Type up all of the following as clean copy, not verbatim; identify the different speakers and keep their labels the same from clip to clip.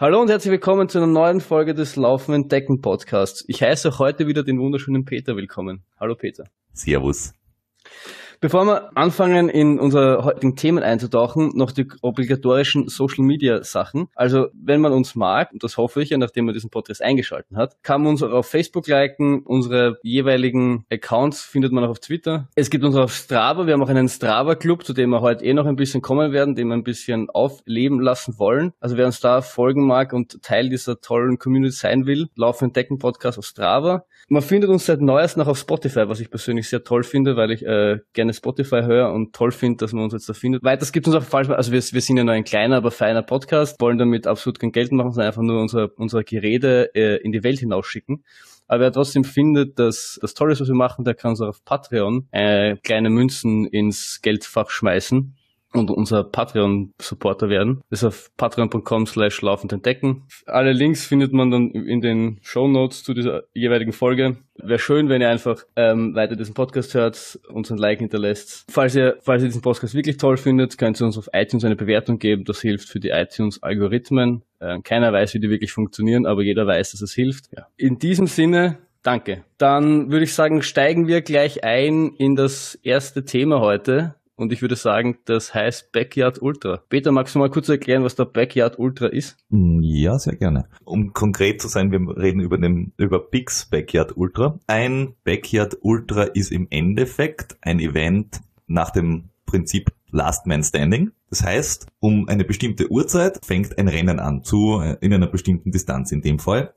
Speaker 1: Hallo und herzlich willkommen zu einer neuen Folge des Laufen Entdecken Podcasts. Ich heiße auch heute wieder den wunderschönen Peter willkommen. Hallo Peter.
Speaker 2: Servus.
Speaker 1: Bevor wir anfangen, in unsere heutigen Themen einzutauchen, noch die obligatorischen Social-Media-Sachen. Also, wenn man uns mag, und das hoffe ich, nachdem man diesen Podcast eingeschaltet hat, kann man uns auch auf Facebook liken. Unsere jeweiligen Accounts findet man auch auf Twitter. Es gibt uns auf Strava. Wir haben auch einen Strava-Club, zu dem wir heute noch ein bisschen kommen werden, den wir ein bisschen aufleben lassen wollen. Also, wer uns da folgen mag und Teil dieser tollen Community sein will, Laufen Entdecken Podcast auf Strava. Man findet uns seit Neuestem noch auf Spotify, was ich persönlich sehr toll finde, weil ich gerne Spotify höre und toll finde, dass man uns jetzt da findet. Weiters gibt es uns auch falsch, also wir sind ja nur ein kleiner, aber feiner Podcast, wollen damit absolut kein Geld machen, sondern einfach nur unser Gerede in die Welt hinausschicken. Aber wer trotzdem findet, dass das toll ist, was wir machen, der kann uns auch auf Patreon kleine Münzen ins Geldfach schmeißen und unser Patreon-Supporter werden. Das ist auf patreon.com/laufendentdecken. Alle Links findet man dann in den Shownotes zu dieser jeweiligen Folge. Wäre schön, wenn ihr einfach weiter diesen Podcast hört, uns ein Like hinterlässt. Falls ihr diesen Podcast wirklich toll findet, könnt ihr uns auf iTunes eine Bewertung geben. Das hilft für die iTunes-Algorithmen. Keiner weiß, wie die wirklich funktionieren, aber jeder weiß, dass es hilft. Ja. In diesem Sinne, danke. Dann würde ich sagen, steigen wir gleich ein in das erste Thema heute. Und ich würde sagen, das heißt Backyard Ultra. Peter, magst du mal kurz erklären, was der Backyard Ultra ist?
Speaker 2: Ja, sehr gerne. Um konkret zu sein, wir reden über BIX Backyard Ultra. Ein Backyard Ultra ist im Endeffekt ein Event nach dem Prinzip Last Man Standing. Das heißt, um eine bestimmte Uhrzeit fängt ein Rennen an, in einer bestimmten Distanz, in dem Fall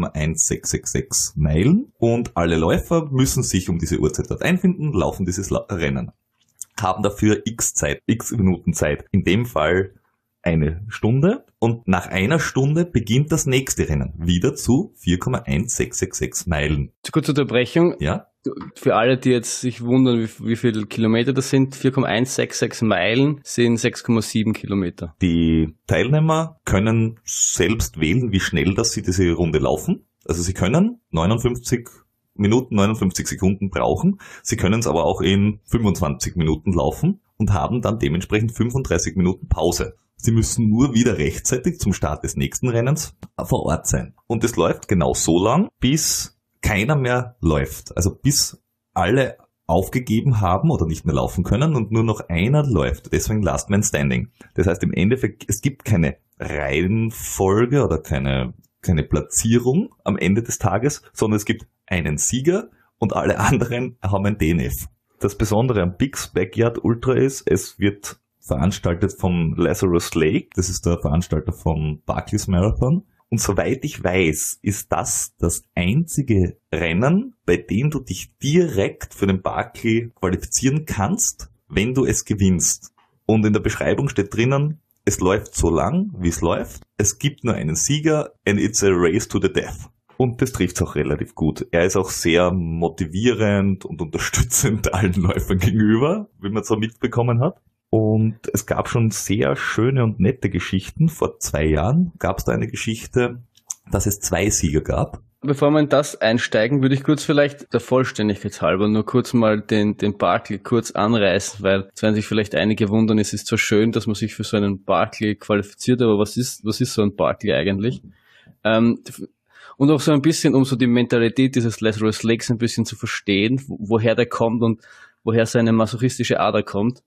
Speaker 2: 4,1666 Meilen. Und alle Läufer müssen sich um diese Uhrzeit dort einfinden, laufen dieses Rennen. Haben dafür x Minuten Zeit. In dem Fall 1 Stunde. Und nach 1 Stunde beginnt das nächste Rennen. Wieder zu 4,1666 Meilen.
Speaker 1: Kurze Unterbrechung.
Speaker 2: Ja?
Speaker 1: Für alle, die jetzt sich wundern, wie viele Kilometer das sind, 4,166 Meilen sind 6,7 Kilometer.
Speaker 2: Die Teilnehmer können selbst wählen, wie schnell dass sie diese Runde laufen. Also sie können 59 Minuten, 59 Sekunden brauchen. Sie können es aber auch in 25 Minuten laufen und haben dann dementsprechend 35 Minuten Pause. Sie müssen nur wieder rechtzeitig zum Start des nächsten Rennens vor Ort sein. Und es läuft genau so lang, bis keiner mehr läuft. Also bis alle aufgegeben haben oder nicht mehr laufen können und nur noch einer läuft. Deswegen Last Man Standing. Das heißt im Endeffekt, es gibt keine Reihenfolge oder keine Platzierung am Ende des Tages, sondern es gibt einen Sieger und alle anderen haben ein DNF. Das Besondere am BIX Backyard Ultra ist, es wird veranstaltet vom Lazarus Lake, das ist der Veranstalter vom Barclays Marathon. Und soweit ich weiß, ist das einzige Rennen, bei dem du dich direkt für den Barclay qualifizieren kannst, wenn du es gewinnst. Und in der Beschreibung steht drinnen, es läuft so lang, wie es läuft. Es gibt nur einen Sieger and it's a race to the death. Und das trifft es auch relativ gut. Er ist auch sehr motivierend und unterstützend allen Läufern gegenüber, wie man so mitbekommen hat. Und es gab schon sehr schöne und nette Geschichten. Vor 2 Jahren gab es da eine Geschichte, dass es 2 Sieger gab.
Speaker 1: Bevor wir in das einsteigen, würde ich kurz vielleicht der Vollständigkeit halber nur kurz mal den Barclay kurz anreißen, weil es werden sich vielleicht einige wundern, es ist zwar schön, dass man sich für so einen Barclay qualifiziert, aber was ist so ein Barclay eigentlich? Und auch so ein bisschen, um so die Mentalität dieses Lazarus Lakes ein bisschen zu verstehen, woher der kommt und woher seine masochistische Ader kommt.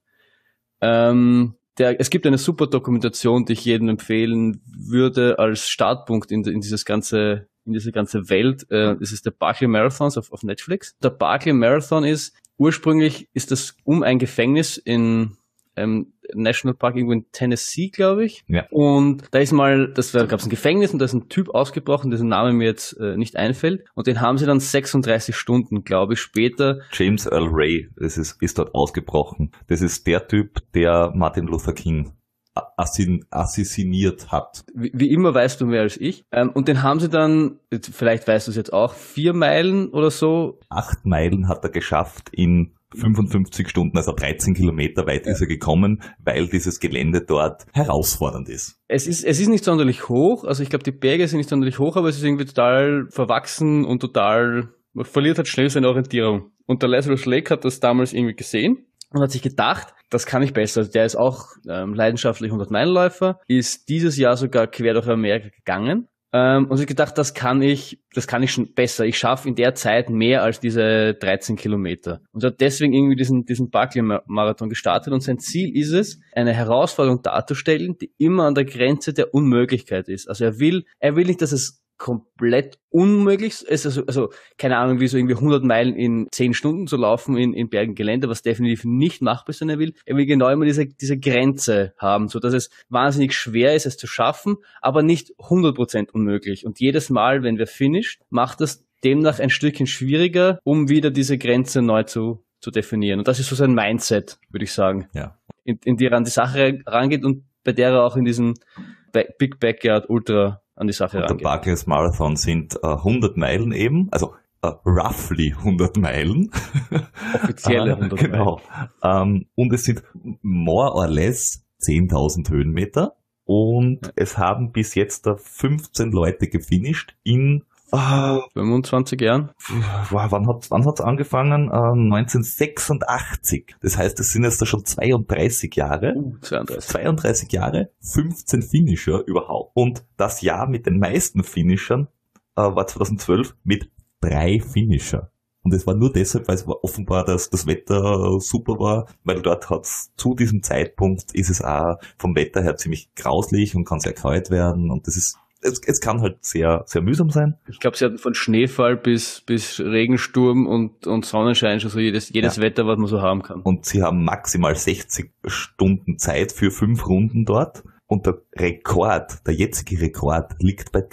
Speaker 1: Es gibt eine super Dokumentation, die ich jedem empfehlen würde als Startpunkt in diese ganze Welt. Das ist der Barclay Marathon auf Netflix. Der Barclay Marathon ursprünglich ist das um ein Gefängnis in National Park irgendwo in Tennessee, glaube ich. Ja. Und da gab es ein Gefängnis und da ist ein Typ ausgebrochen, dessen Name mir jetzt nicht einfällt. Und den haben sie dann 36 Stunden, glaube ich, später.
Speaker 2: James Earl Ray, ist dort ausgebrochen. Das ist der Typ, der Martin Luther King assassiniert hat.
Speaker 1: Wie immer weißt du mehr als ich. Und den haben sie dann, vielleicht weißt du es jetzt auch, 4 Meilen oder so.
Speaker 2: 8 Meilen hat er geschafft in 55 Stunden, also 13 Kilometer weit ist er gekommen, weil dieses Gelände dort herausfordernd ist.
Speaker 1: Es ist nicht sonderlich hoch, also ich glaube, die Berge sind nicht sonderlich hoch, aber es ist irgendwie total verwachsen und man verliert halt schnell seine Orientierung. Und der Lazarus Lake hat das damals irgendwie gesehen und hat sich gedacht, das kann ich besser. Also der ist auch leidenschaftlich 100-Meilen-Läufer, ist dieses Jahr sogar quer durch Amerika gegangen. Und sich gedacht, das kann ich schon besser. Ich schaffe in der Zeit mehr als diese 13 Kilometer. Und hat deswegen irgendwie diesen Barkley-Marathon gestartet. Und sein Ziel ist es, eine Herausforderung darzustellen, die immer an der Grenze der Unmöglichkeit ist. Also er will nicht, dass es komplett unmöglich ist, also keine Ahnung, wie so irgendwie 100 Meilen in 10 Stunden zu laufen in Bergengelände, was definitiv nicht machbar ist, sondern er will genau immer diese Grenze haben, so dass es wahnsinnig schwer ist, es zu schaffen, aber nicht 100% unmöglich. Und jedes Mal, wenn wir finishen, macht das demnach ein Stückchen schwieriger, um wieder diese Grenze neu zu definieren. Und das ist so sein Mindset, würde ich sagen,
Speaker 2: ja.
Speaker 1: in die er an die Sache rangeht und bei der er auch in diesem Big Backyard Ultra an die Sache rangeht.
Speaker 2: Und der Barclays Marathon sind 100 Meilen eben, also roughly 100 Meilen.
Speaker 1: Offizielle 100 Meilen.
Speaker 2: Genau. Und es sind more or less 10.000 Höhenmeter. Und es haben bis jetzt 15 Leute gefinisht in
Speaker 1: 25 Jahren.
Speaker 2: Wann hat's angefangen? 1986. Das heißt, es sind jetzt da schon 32 Jahre. 32 Jahre, 15 Finisher überhaupt. Und das Jahr mit den meisten Finishern war 2012 mit 3 Finisher. Und es war nur deshalb, weil es war offenbar, dass das Wetter super war, weil dort hat's zu diesem Zeitpunkt ist es auch vom Wetter her ziemlich grauslich und kann sehr kalt werden und das ist es kann halt sehr, sehr mühsam sein.
Speaker 1: Ich glaube, sie hatten von Schneefall bis Regensturm und Sonnenschein schon so jedes Wetter, was man so haben kann.
Speaker 2: Und sie haben maximal 60 Stunden Zeit für 5 Runden dort. Und der jetzige Rekord liegt bei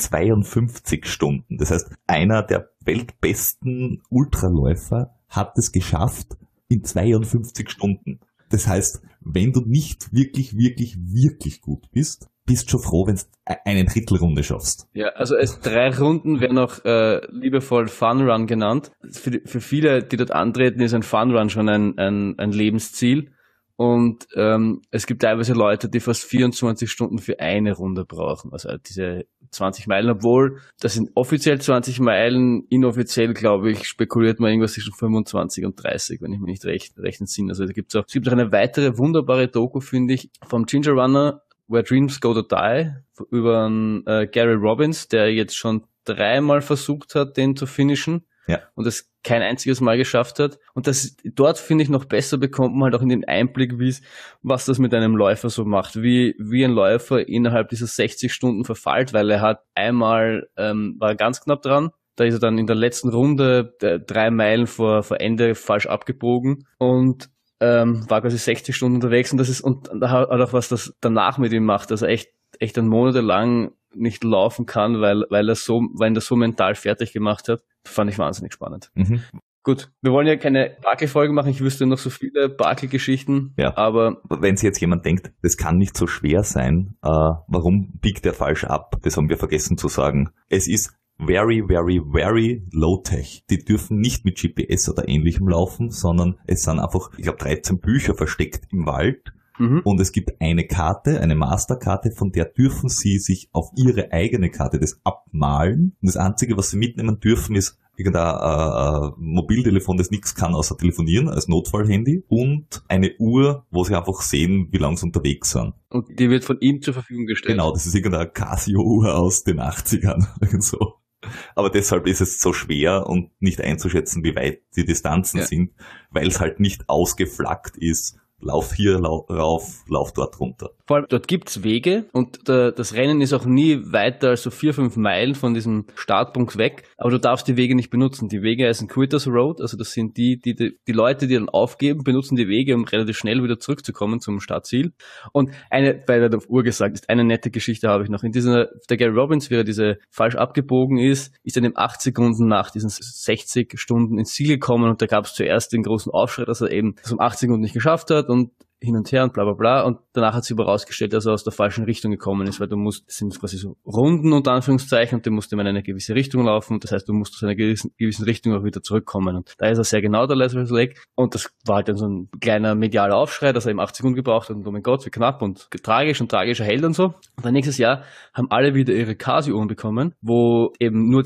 Speaker 2: 52 Stunden. Das heißt, einer der weltbesten Ultraläufer hat es geschafft in 52 Stunden. Das heißt, wenn du nicht wirklich, wirklich, wirklich gut bist schon froh, wenn du eine Drittelrunde schaffst.
Speaker 1: Ja, also 3 Runden werden auch liebevoll Fun Run genannt. Für viele, die dort antreten, ist ein Fun Run schon ein Lebensziel. Und es gibt teilweise Leute, die fast 24 Stunden für eine Runde brauchen. Also diese 20 Meilen, obwohl das sind offiziell 20 Meilen, inoffiziell, glaube ich, spekuliert man irgendwas zwischen 25 und 30, wenn ich mich nicht recht entsinne. Also es gibt auch eine weitere wunderbare Doku, finde ich, vom Ginger Runner, Where Dreams Go to Die, über Gary Robbins, der jetzt schon 3-mal versucht hat, den zu finishen. Ja. Und es kein einziges Mal geschafft hat. Und dort, finde ich, noch besser bekommt man halt auch in den Einblick, was das mit einem Läufer so macht. Wie ein Läufer innerhalb dieser 60 Stunden verfallt, weil er hat einmal, war ganz knapp dran. Da ist er dann in der letzten Runde 3 Meilen vor Ende falsch abgebogen und war quasi 60 Stunden unterwegs und da hat auch was das danach mit ihm macht, dass er echt dann monatelang nicht laufen kann, weil er so mental fertig gemacht hat. Fand ich wahnsinnig spannend. Mhm. Gut, wir wollen ja keine Barkley-Folge machen, ich wüsste noch so viele Barkley-Geschichten,
Speaker 2: ja.
Speaker 1: Aber
Speaker 2: wenn sich jetzt jemand denkt, das kann nicht so schwer sein, warum biegt er falsch ab? Das haben wir vergessen zu sagen. Es ist very, very, very low-tech. Die dürfen nicht mit GPS oder ähnlichem laufen, sondern es sind einfach, ich glaube, 13 Bücher versteckt im Wald. Mhm. Und es gibt eine Karte, eine Masterkarte, von der dürfen sie sich auf ihre eigene Karte das abmalen. Und das Einzige, was sie mitnehmen dürfen, ist irgendein Mobiltelefon, das nichts kann außer telefonieren, als Notfallhandy. Und eine Uhr, wo sie einfach sehen, wie lange sie unterwegs sind.
Speaker 1: Und die wird von ihm zur Verfügung gestellt?
Speaker 2: Genau, das ist irgendeine Casio-Uhr aus den 80ern. Irgend so. Aber deshalb ist es so schwer und nicht einzuschätzen, wie weit die Distanzen sind, weil es halt nicht ausgeflaggt ist. Lauf hier rauf, lauf dort runter.
Speaker 1: Vor allem, dort gibt's Wege und das Rennen ist auch nie weiter als so 4-5 Meilen von diesem Startpunkt weg, aber du darfst die Wege nicht benutzen. Die Wege heißen Quitters Road, also das sind die Leute, die dann aufgeben, benutzen die Wege, um relativ schnell wieder zurückzukommen zum Startziel. Und weil er auf Uhr gesagt ist, eine nette Geschichte habe ich noch. Der Gary Robbins, wie er diese falsch abgebogen ist dann im 8 Sekunden nach diesen 60 Stunden ins Ziel gekommen und da gab's zuerst den großen Aufschrei, dass er eben das um 8 Sekunden nicht geschafft hat und hin und her und bla bla bla und danach hat sich aber rausgestellt, dass er aus der falschen Richtung gekommen ist, weil das sind quasi so Runden unter Anführungszeichen und der musste immer in eine gewisse Richtung laufen, das heißt, du musst aus einer gewissen Richtung auch wieder zurückkommen und da ist er sehr genau, der Lazarus Lake und das war halt dann so ein kleiner medialer Aufschrei, dass er eben 8 Sekunden gebraucht hat und oh mein Gott, wie knapp und tragischer Held und so. Und dann nächstes Jahr haben alle wieder ihre Casio-Uhren bekommen, wo eben nur die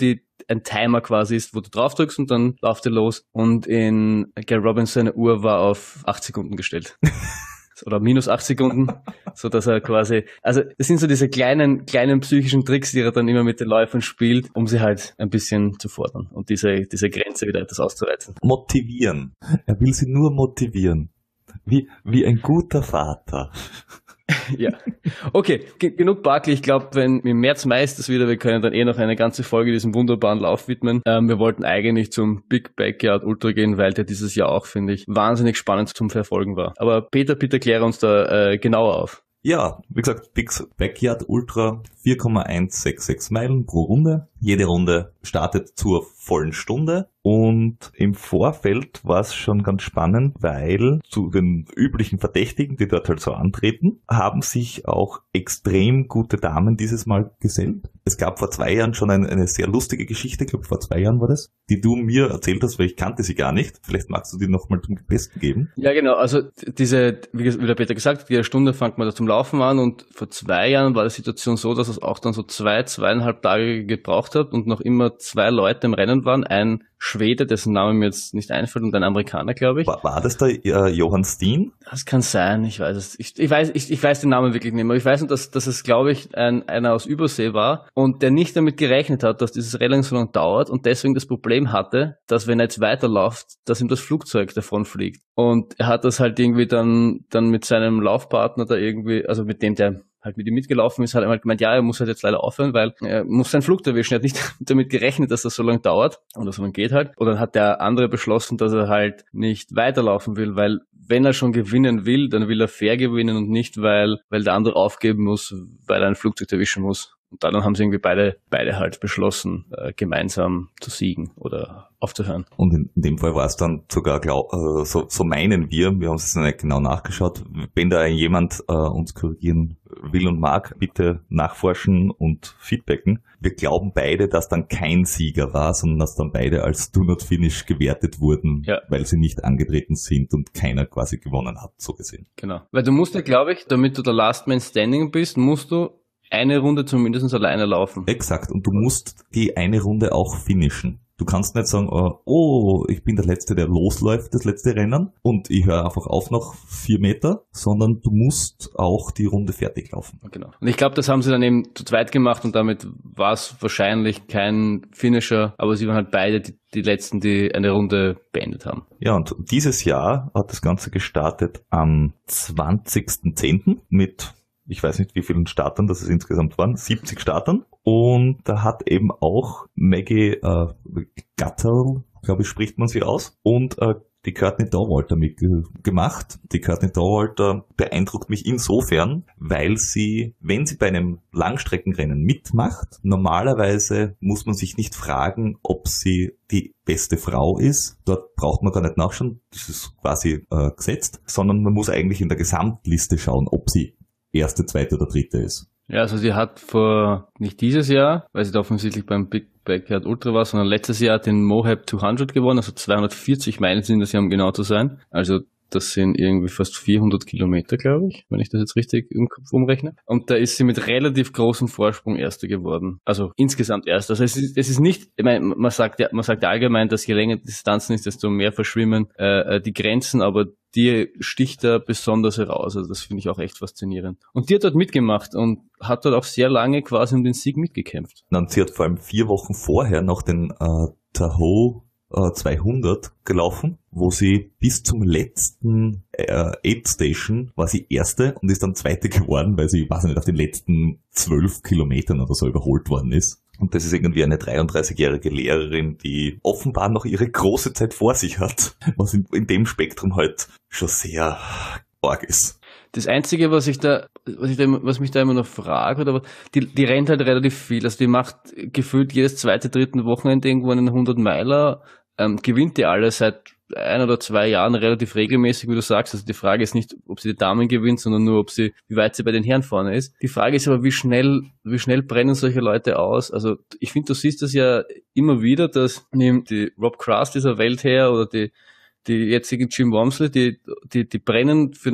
Speaker 1: ein Timer quasi ist, wo du drauf drückst und dann läuft er los. Und in Gary Robbins seine Uhr war auf 8 Sekunden gestellt. Oder minus 8 Sekunden, so dass er quasi, also es sind so diese kleinen psychischen Tricks, die er dann immer mit den Läufern spielt, um sie halt ein bisschen zu fordern und diese Grenze wieder etwas auszureizen.
Speaker 2: Motivieren. Er will sie nur motivieren. Wie ein guter Vater.
Speaker 1: Ja. Okay, genug Barkley. Ich glaube, wenn im März, Mai ist das wieder, wir können dann noch eine ganze Folge diesem wunderbaren Lauf widmen. Wir wollten eigentlich zum Big Backyard Ultra gehen, weil der dieses Jahr auch, finde ich, wahnsinnig spannend zum Verfolgen war. Aber Peter, bitte kläre uns da genauer auf.
Speaker 2: Ja, wie gesagt, Big Backyard Ultra, 4,166 Meilen pro Runde. Jede Runde startet zur vollen Stunde. Und im Vorfeld war es schon ganz spannend, weil zu den üblichen Verdächtigen, die dort halt so antreten, haben sich auch extrem gute Damen dieses Mal gesellt. Es gab vor 2 Jahren schon eine sehr lustige Geschichte, ich glaube vor 2 Jahren war das, die du mir erzählt hast, weil ich kannte sie gar nicht. Vielleicht magst du die nochmal zum Besten geben.
Speaker 1: Ja, genau. Also wie der Peter gesagt hat, jede Stunde fängt man da zum Laufen an und vor 2 Jahren war die Situation so, dass es auch dann so 2,5 Tage gebraucht hat und noch immer 2 Leute im Rennen waren. Ein Schwede, dessen Name mir jetzt nicht einfällt, und ein Amerikaner, glaube ich.
Speaker 2: War das der Johann Steen?
Speaker 1: Das kann sein, ich weiß es. Ich weiß den Namen wirklich nicht mehr. Ich weiß nur, dass es, glaube ich, einer aus Übersee war und der nicht damit gerechnet hat, dass dieses Rennen so lange dauert und deswegen das Problem hatte, dass wenn er jetzt weiterläuft, dass ihm das Flugzeug davon fliegt. Und er hat das halt irgendwie dann mit seinem Laufpartner da irgendwie, also mit dem, der halt mit ihm mitgelaufen ist, hat er halt gemeint, ja, er muss halt jetzt leider aufhören, weil er muss seinen Flug erwischen. Er hat nicht damit gerechnet, dass das so lange dauert oder so lange geht halt. Und dann hat der andere beschlossen, dass er halt nicht weiterlaufen will, weil wenn er schon gewinnen will, dann will er fair gewinnen und nicht, weil der andere aufgeben muss, weil er ein Flugzeug erwischen muss. Und dann haben sie irgendwie beide halt beschlossen, gemeinsam zu siegen oder aufzuhören.
Speaker 2: Und in dem Fall war es dann sogar, so meinen wir haben es jetzt nicht genau nachgeschaut, wenn da jemand uns korrigieren will und mag, bitte nachforschen und feedbacken. Wir glauben beide, dass dann kein Sieger war, sondern dass dann beide als Do Not Finish gewertet wurden, ja, weil sie nicht angetreten sind und keiner quasi gewonnen hat, so gesehen.
Speaker 1: Genau. Weil du musst ja, glaube ich, damit du der Last Man Standing bist, musst du eine Runde zumindest alleine laufen.
Speaker 2: Exakt. Und du musst die eine Runde auch finishen. Du kannst nicht sagen, ich bin der Letzte, der losläuft, das letzte Rennen, und ich höre einfach auf nach 4 Meter, sondern du musst auch die Runde fertig laufen.
Speaker 1: Genau. Und ich glaube, das haben sie dann eben zu zweit gemacht und damit war es wahrscheinlich kein Finisher, aber sie waren halt beide die Letzten, die eine Runde beendet haben.
Speaker 2: Ja, und dieses Jahr hat das Ganze gestartet am 20.10. mit, ich weiß nicht, wie vielen Startern das es insgesamt waren, 70 Startern. Und da hat eben auch Maggie Gatterl, glaube ich, spricht man sie aus, und die Courtney Dauwalter mitgemacht. Die Courtney Dauwalter beeindruckt mich insofern, weil sie, wenn sie bei einem Langstreckenrennen mitmacht, normalerweise muss man sich nicht fragen, ob sie die beste Frau ist. Dort braucht man gar nicht nachschauen, das ist quasi gesetzt, sondern man muss eigentlich in der Gesamtliste schauen, ob sie erste, zweite oder dritte ist.
Speaker 1: Ja, also sie hat nicht dieses Jahr, weil sie da offensichtlich beim Big Backyard Ultra war, sondern letztes Jahr den Moab 200 gewonnen, also 240 Meilen sind das ja, um genau zu sein. Also das sind irgendwie fast 400 Kilometer, glaube ich, wenn ich das jetzt richtig im Kopf umrechne. Und da ist sie mit relativ großem Vorsprung Erste geworden. Also insgesamt Erste. Also es ist nicht, ich meine, man sagt ja allgemein, dass je länger die Distanzen ist, desto mehr verschwimmen die Grenzen, aber die sticht da besonders heraus. Also das finde ich auch echt faszinierend. Und die hat dort mitgemacht und hat dort auch sehr lange quasi um den Sieg mitgekämpft.
Speaker 2: Und sie hat vor allem 4 Wochen vorher noch den Tahoe 200 gelaufen, wo sie bis zum letzten Aid Station war sie Erste und ist dann Zweite geworden, weil sie, weiß nicht, auf den letzten 12 Kilometern oder so überholt worden ist. Und das ist irgendwie eine 33-jährige Lehrerin, die offenbar noch ihre große Zeit vor sich hat, was in dem Spektrum halt schon sehr arg ist.
Speaker 1: Das Einzige, was mich da immer noch frage, oder die rennt halt relativ viel. Also die macht gefühlt jedes zweite, dritte Wochenende irgendwo einen 100-Meiler, gewinnt die alle seit 1 oder 2 Jahren relativ regelmäßig, wie du sagst. Also die Frage ist nicht, ob sie die Damen gewinnt, sondern nur, wie weit sie bei den Herren vorne ist. Die Frage ist aber, wie schnell brennen solche Leute aus? Also ich finde, du siehst das ja immer wieder, dass nimmt die Rob Cross dieser Welt her oder die jetzigen Jim Walmsley, die brennen für eine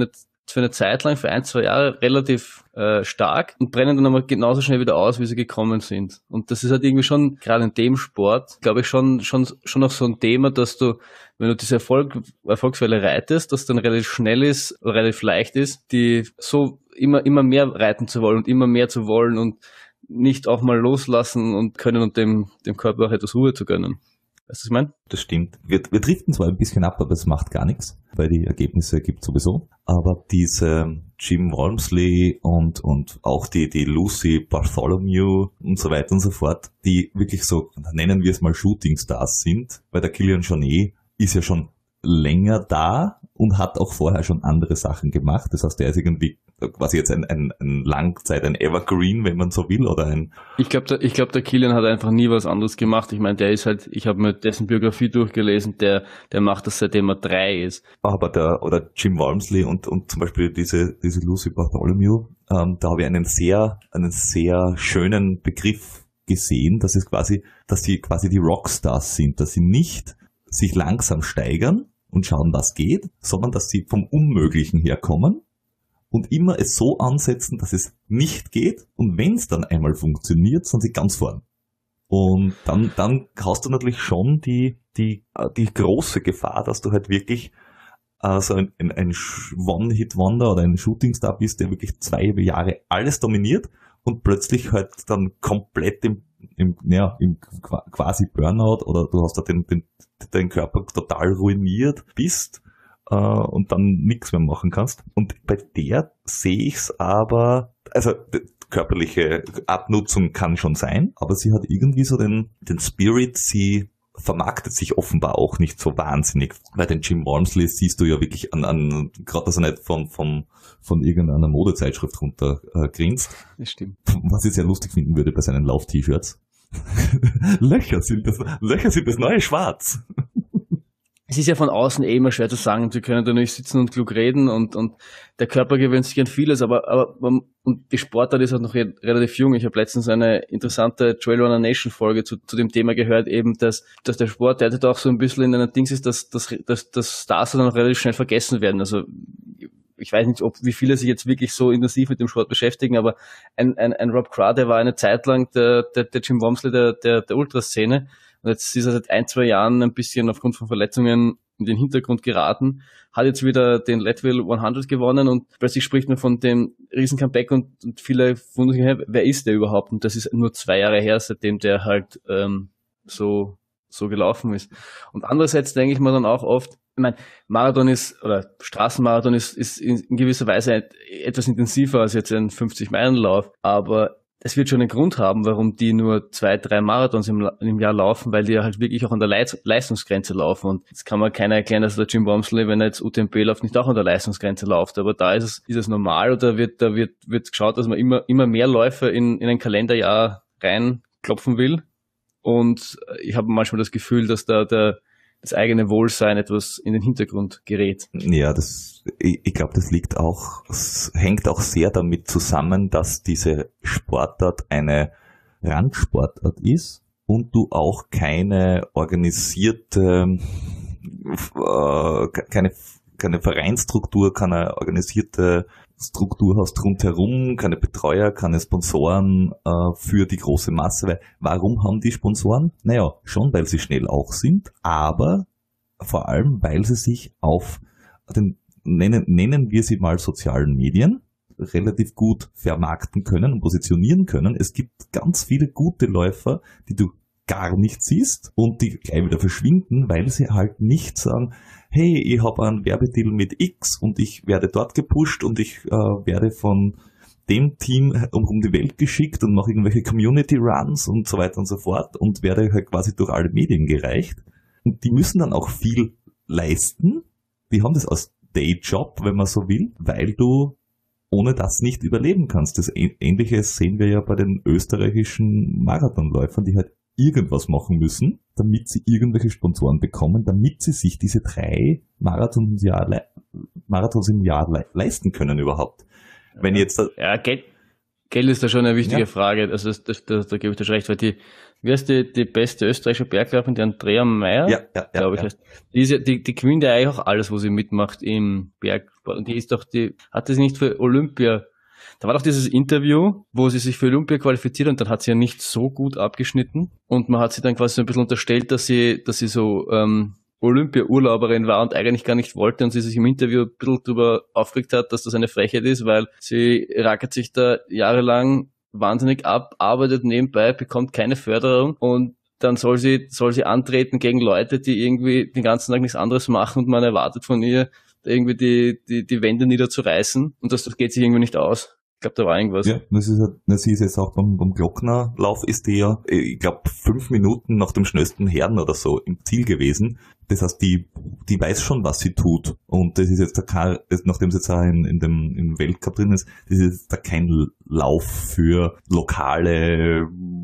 Speaker 1: für eine Zeit lang, für 1-2 Jahre relativ stark und brennen dann aber genauso schnell wieder aus, wie sie gekommen sind. Und das ist halt irgendwie schon, gerade in dem Sport, glaube ich, schon auch so ein Thema, dass du, wenn du diese Erfolgswelle reitest, dass dann relativ schnell ist, oder relativ leicht ist, die so immer mehr reiten zu wollen und immer mehr zu wollen und nicht auch mal loslassen und können und dem Körper auch etwas Ruhe zu gönnen. Weißt du, was ich meine?
Speaker 2: Das stimmt. Wir driften zwar ein bisschen ab, aber es macht gar nichts, weil die Ergebnisse gibt sowieso. Aber diese Jim Walmsley und auch die Lucy Bartholomew und so weiter und so fort, die wirklich so, nennen wir es mal Shootingstars sind, weil der Kilian Jornet ist ja schon länger da und hat auch vorher schon andere Sachen gemacht. Das heißt, der ist irgendwie quasi jetzt ein Langzeit, ein Evergreen, wenn man so will, oder ein...
Speaker 1: Ich glaube, der Kilian hat einfach nie was anderes gemacht. Ich meine, der ist halt, ich habe mir dessen Biografie durchgelesen, der macht das, seitdem er 3 ist.
Speaker 2: Aber oder Jim Walmsley und zum Beispiel diese Lucy Bartholomew, da habe ich einen sehr schönen Begriff gesehen, dass sie quasi die Rockstars sind, dass sie nicht sich langsam steigern und schauen, was geht, sondern dass sie vom Unmöglichen herkommen und immer es so ansetzen, dass es nicht geht, und wenn es dann einmal funktioniert, sind sie ganz vorn. Und dann hast du natürlich schon die große Gefahr, dass du halt wirklich so ein One-Hit-Wonder oder ein Shootingstar bist, der wirklich 2 Jahre alles dominiert und plötzlich halt dann komplett im quasi Burnout, oder du hast da den Körper total ruiniert bist und dann nichts mehr machen kannst. Und bei der sehe ich es aber, also körperliche Abnutzung kann schon sein, aber sie hat irgendwie so den Spirit, sie vermarktet sich offenbar auch nicht so wahnsinnig. Weil den Jim Walmsley siehst du ja wirklich an gerade dass er nicht von irgendeiner Modezeitschrift runter grinst.
Speaker 1: Das stimmt.
Speaker 2: Was ich sehr lustig finden würde bei seinen Lauf-T-Shirts. Löcher sind das neue Schwarz.
Speaker 1: Es ist ja von außen immer schwer zu sagen, sie können da nicht sitzen und klug reden und der Körper gewöhnt sich an vieles, aber und die Sportart ist auch noch relativ jung. Ich habe letztens eine interessante Trailrunner Nation Folge zu dem Thema gehört, eben, dass der Sport derzeit auch so ein bisschen in einer Dings ist, dass Stars dann auch relativ schnell vergessen werden. Also ich weiß nicht, wie viele sich jetzt wirklich so intensiv mit dem Sport beschäftigen, aber ein Rob Craw, der war eine Zeit lang der Jim Walmsley der Ultraszene. Und jetzt ist er seit 1-2 Jahren ein bisschen aufgrund von Verletzungen in den Hintergrund geraten, hat jetzt wieder den Leadville 100 gewonnen und plötzlich spricht man von dem riesen Comeback und viele wundern sich, wer ist der überhaupt? Und das ist nur 2 Jahre her, seitdem der halt so gelaufen ist. Und andererseits denke ich mir dann auch oft, ich meine, Straßenmarathon ist in gewisser Weise etwas intensiver als jetzt ein 50-Meilen-Lauf, aber es wird schon einen Grund haben, warum die nur 2-3 Marathons im Jahr laufen, weil die ja halt wirklich auch an der Leistungsgrenze laufen. Und jetzt kann man keiner erklären, dass der Jim Walmsley, wenn er jetzt UTMB läuft, nicht auch an der Leistungsgrenze läuft. Aber da ist es normal, oder wird geschaut, dass man immer mehr Läufe in ein Kalenderjahr reinklopfen will. Und ich habe manchmal das Gefühl, dass da das eigene Wohlsein etwas in den Hintergrund gerät.
Speaker 2: Ja, ich glaube, es hängt auch sehr damit zusammen, dass diese Sportart eine Randsportart ist und du auch keine organisierte, keine Vereinsstruktur, keine organisierte Struktur hast rundherum, keine Betreuer, keine Sponsoren für die große Masse. Weil, warum haben die Sponsoren? Naja, schon weil sie schnell auch sind, aber vor allem, weil sie sich auf den, nennen wir sie mal, sozialen Medien relativ gut vermarkten können und positionieren können. Es gibt ganz viele gute Läufer, die du gar nicht siehst und die gleich wieder verschwinden, weil sie halt nicht sagen, hey, ich habe einen Werbedeal mit X und ich werde dort gepusht und ich werde von dem Team um die Welt geschickt und mache irgendwelche Community Runs und so weiter und so fort und werde halt quasi durch alle Medien gereicht. Und die müssen dann auch viel leisten. Die haben das als Dayjob, wenn man so will, weil du ohne das nicht überleben kannst. Das Ähnliche sehen wir ja bei den österreichischen Marathonläufern, die halt irgendwas machen müssen, damit sie irgendwelche Sponsoren bekommen, damit sie sich diese 3 Marathons im Jahr leisten können überhaupt. Wenn jetzt
Speaker 1: Geld ist da schon eine wichtige Frage, also da gebe ich dir schon recht, weil wie heißt die beste österreichische Bergläuferin, die Andrea Meyer?
Speaker 2: Ja,
Speaker 1: glaube ich. Ja. Die gewinnt ja eigentlich auch alles, wo sie mitmacht im Bergsport. Und die ist doch, hatte sie nicht für Olympia. Da war doch dieses Interview, wo sie sich für Olympia qualifiziert und dann hat sie ja nicht so gut abgeschnitten. Und man hat sie dann quasi so ein bisschen unterstellt, dass sie so, Olympia-Urlauberin war und eigentlich gar nicht wollte und sie sich im Interview ein bisschen darüber aufgeregt hat, dass das eine Frechheit ist, weil sie rackert sich da jahrelang wahnsinnig ab, arbeitet nebenbei, bekommt keine Förderung und dann soll sie antreten gegen Leute, die irgendwie den ganzen Tag nichts anderes machen und man erwartet von ihr, irgendwie die Wände niederzureißen und das geht sich irgendwie nicht aus. Ich glaube, da war irgendwas.
Speaker 2: Ja, sie ist jetzt auch beim Glocknerlauf ist die ja, ich glaube, 5 Minuten nach dem schnellsten Herrn oder so im Ziel gewesen. Das heißt, die weiß schon, was sie tut. Und das ist jetzt nachdem sie jetzt auch im Weltcup drin ist, das ist jetzt da kein Lauf für lokale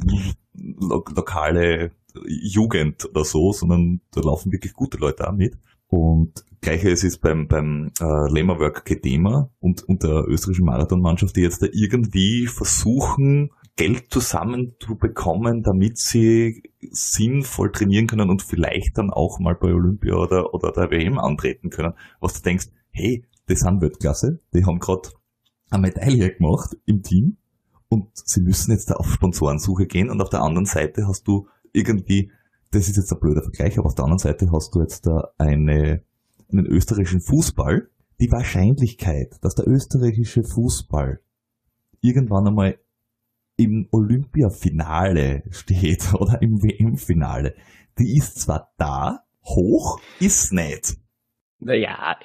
Speaker 2: Jugend oder so, sondern da laufen wirklich gute Leute auch mit. Und Gleiches ist beim Lemmerwork Gedema und der österreichischen Marathonmannschaft, die jetzt da irgendwie versuchen, Geld zusammenzubekommen, damit sie sinnvoll trainieren können und vielleicht dann auch mal bei Olympia oder der WM antreten können. Was du denkst, hey, die sind Weltklasse, die haben gerade eine Medaille gemacht im Team und sie müssen jetzt da auf Sponsorensuche gehen und auf der anderen Seite hast du irgendwie, das ist jetzt ein blöder Vergleich, aber auf der anderen Seite hast du jetzt da einen österreichischen Fußball. Die Wahrscheinlichkeit, dass der österreichische Fußball irgendwann einmal im Olympiafinale steht oder im WM-Finale, die ist zwar da, hoch ist nicht.
Speaker 1: Naja,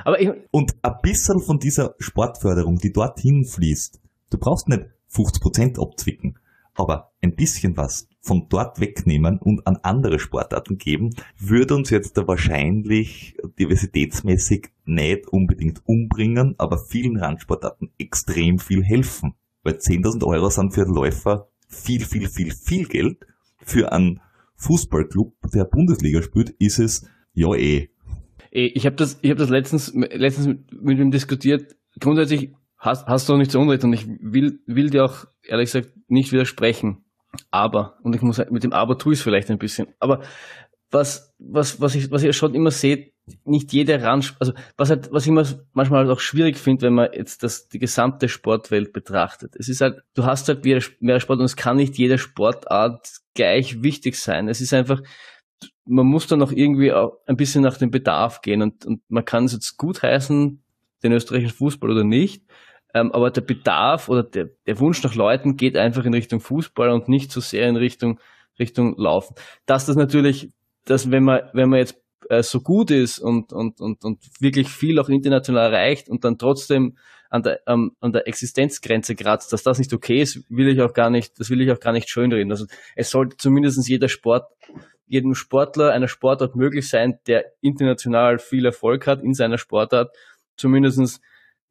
Speaker 2: Und ein bisschen von dieser Sportförderung, die dorthin fließt, du brauchst nicht 50% abzwicken, aber ein bisschen was von dort wegnehmen und an andere Sportarten geben, würde uns jetzt da wahrscheinlich diversitätsmäßig nicht unbedingt umbringen, aber vielen Randsportarten extrem viel helfen. Weil 10.000 Euro sind für einen Läufer viel Geld. Für einen Fußballclub, der Bundesliga spielt, ist es ja eh.
Speaker 1: Ich habe das letztens mit ihm diskutiert. Grundsätzlich hast du auch nicht so Unrecht und ich will dir auch ehrlich gesagt nicht widersprechen. Aber, und ich muss mit dem Aber tue ich es vielleicht ein bisschen. Aber was ich schon immer sehe, nicht jeder also was ich manchmal halt auch schwierig finde, wenn man jetzt die gesamte Sportwelt betrachtet. Es ist halt, du hast halt mehrere Sport und es kann nicht jede Sportart gleich wichtig sein. Es ist einfach, man muss dann auch irgendwie auch ein bisschen nach dem Bedarf gehen und man kann es jetzt gutheißen, den österreichischen Fußball oder nicht. Aber der Bedarf oder der Wunsch nach Leuten geht einfach in Richtung Fußball und nicht so sehr in Richtung Laufen. Dass wenn man jetzt so gut ist und wirklich viel auch international erreicht und dann trotzdem an der Existenzgrenze kratzt, dass das nicht okay ist, will ich auch gar nicht schönreden. Also es sollte zumindest jedem Sportler einer Sportart möglich sein, der international viel Erfolg hat in seiner Sportart, zumindestens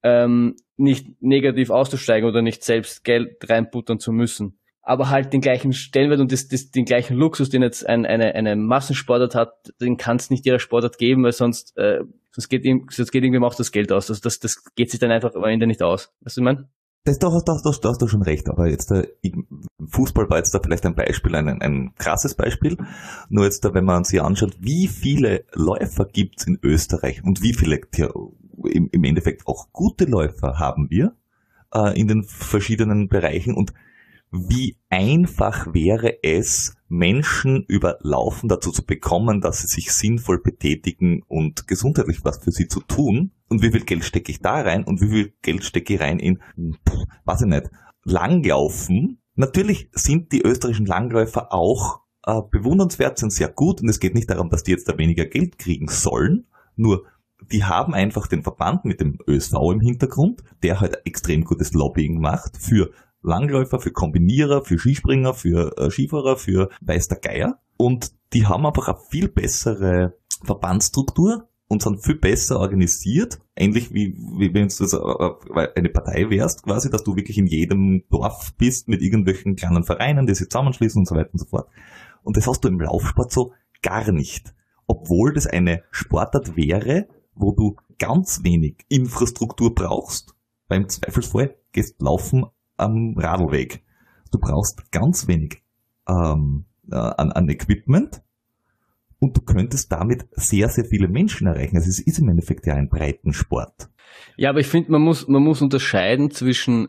Speaker 1: nicht negativ auszusteigen oder nicht selbst Geld reinbuttern zu müssen. Aber halt den gleichen Stellenwert und den gleichen Luxus, den jetzt eine Massensportart hat, den kann es nicht jeder Sportart geben, weil sonst geht irgendwem auch das Geld aus. Also das geht sich dann einfach am Ende nicht aus. Weißt du, was ich meine?
Speaker 2: Da hast du schon recht, aber jetzt Fußball war jetzt da vielleicht ein Beispiel, ein krasses Beispiel. Nur jetzt da, wenn man sich anschaut, wie viele Läufer gibt's in Österreich und wie viele im Endeffekt auch gute Läufer haben wir in den verschiedenen Bereichen und wie einfach wäre es, Menschen über Laufen dazu zu bekommen, dass sie sich sinnvoll betätigen und gesundheitlich was für sie zu tun. Und wie viel Geld stecke ich da rein und wie viel Geld stecke ich rein in, weiß ich nicht, Langlaufen. Natürlich sind die österreichischen Langläufer auch bewundernswert, sind sehr gut und es geht nicht darum, dass die jetzt da weniger Geld kriegen sollen, nur die haben einfach den Verband mit dem ÖSV im Hintergrund, der halt extrem gutes Lobbying macht für Langläufer, für Kombinierer, für Skispringer, für Skifahrer, für weiß der Geier. Und die haben einfach eine viel bessere Verbandsstruktur und sind viel besser organisiert. Ähnlich wie wenn du eine Partei wärst quasi, dass du wirklich in jedem Dorf bist mit irgendwelchen kleinen Vereinen, die sich zusammenschließen und so weiter und so fort. Und das hast du im Laufsport so gar nicht. Obwohl das eine Sportart wäre, wo du ganz wenig Infrastruktur brauchst, weil im Zweifelsfall gehst laufen am Radlweg. Du brauchst ganz wenig an Equipment und du könntest damit sehr, sehr viele Menschen erreichen. Also es ist im Endeffekt ja ein Breitensport.
Speaker 1: Ja, aber ich finde, man muss unterscheiden zwischen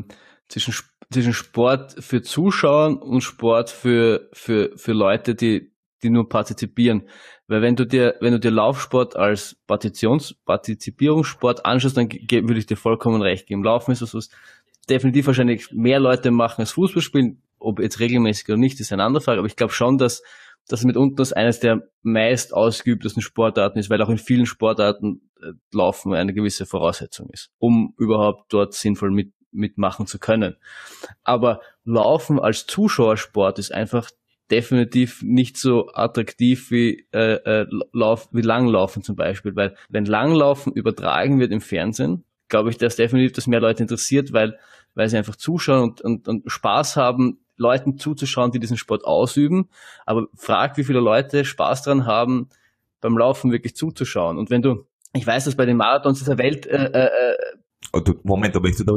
Speaker 1: Sport für Zuschauer und Sport für Leute, die nur partizipieren. Weil wenn du dir Laufsport als Partizipierungssport anschaust, dann würde ich dir vollkommen recht geben. Laufen ist was definitiv wahrscheinlich mehr Leute machen als Fußball spielen. Ob jetzt regelmäßig oder nicht, ist eine andere Frage. Aber ich glaube schon, dass mitunter das eines der meist ausgeübtesten Sportarten ist, weil auch in vielen Sportarten Laufen eine gewisse Voraussetzung ist, um überhaupt dort sinnvoll mitmachen zu können. Aber Laufen als Zuschauersport ist einfach definitiv nicht so attraktiv wie Langlaufen zum Beispiel, weil wenn Langlaufen übertragen wird im Fernsehen, glaube ich, dass definitiv das mehr Leute interessiert, weil sie einfach zuschauen und Spaß haben, Leuten zuzuschauen, die diesen Sport ausüben. Aber frag, wie viele Leute Spaß dran haben, beim Laufen wirklich zuzuschauen. Und ich weiß, dass bei den Marathons dieser Welt
Speaker 2: Moment, da möchte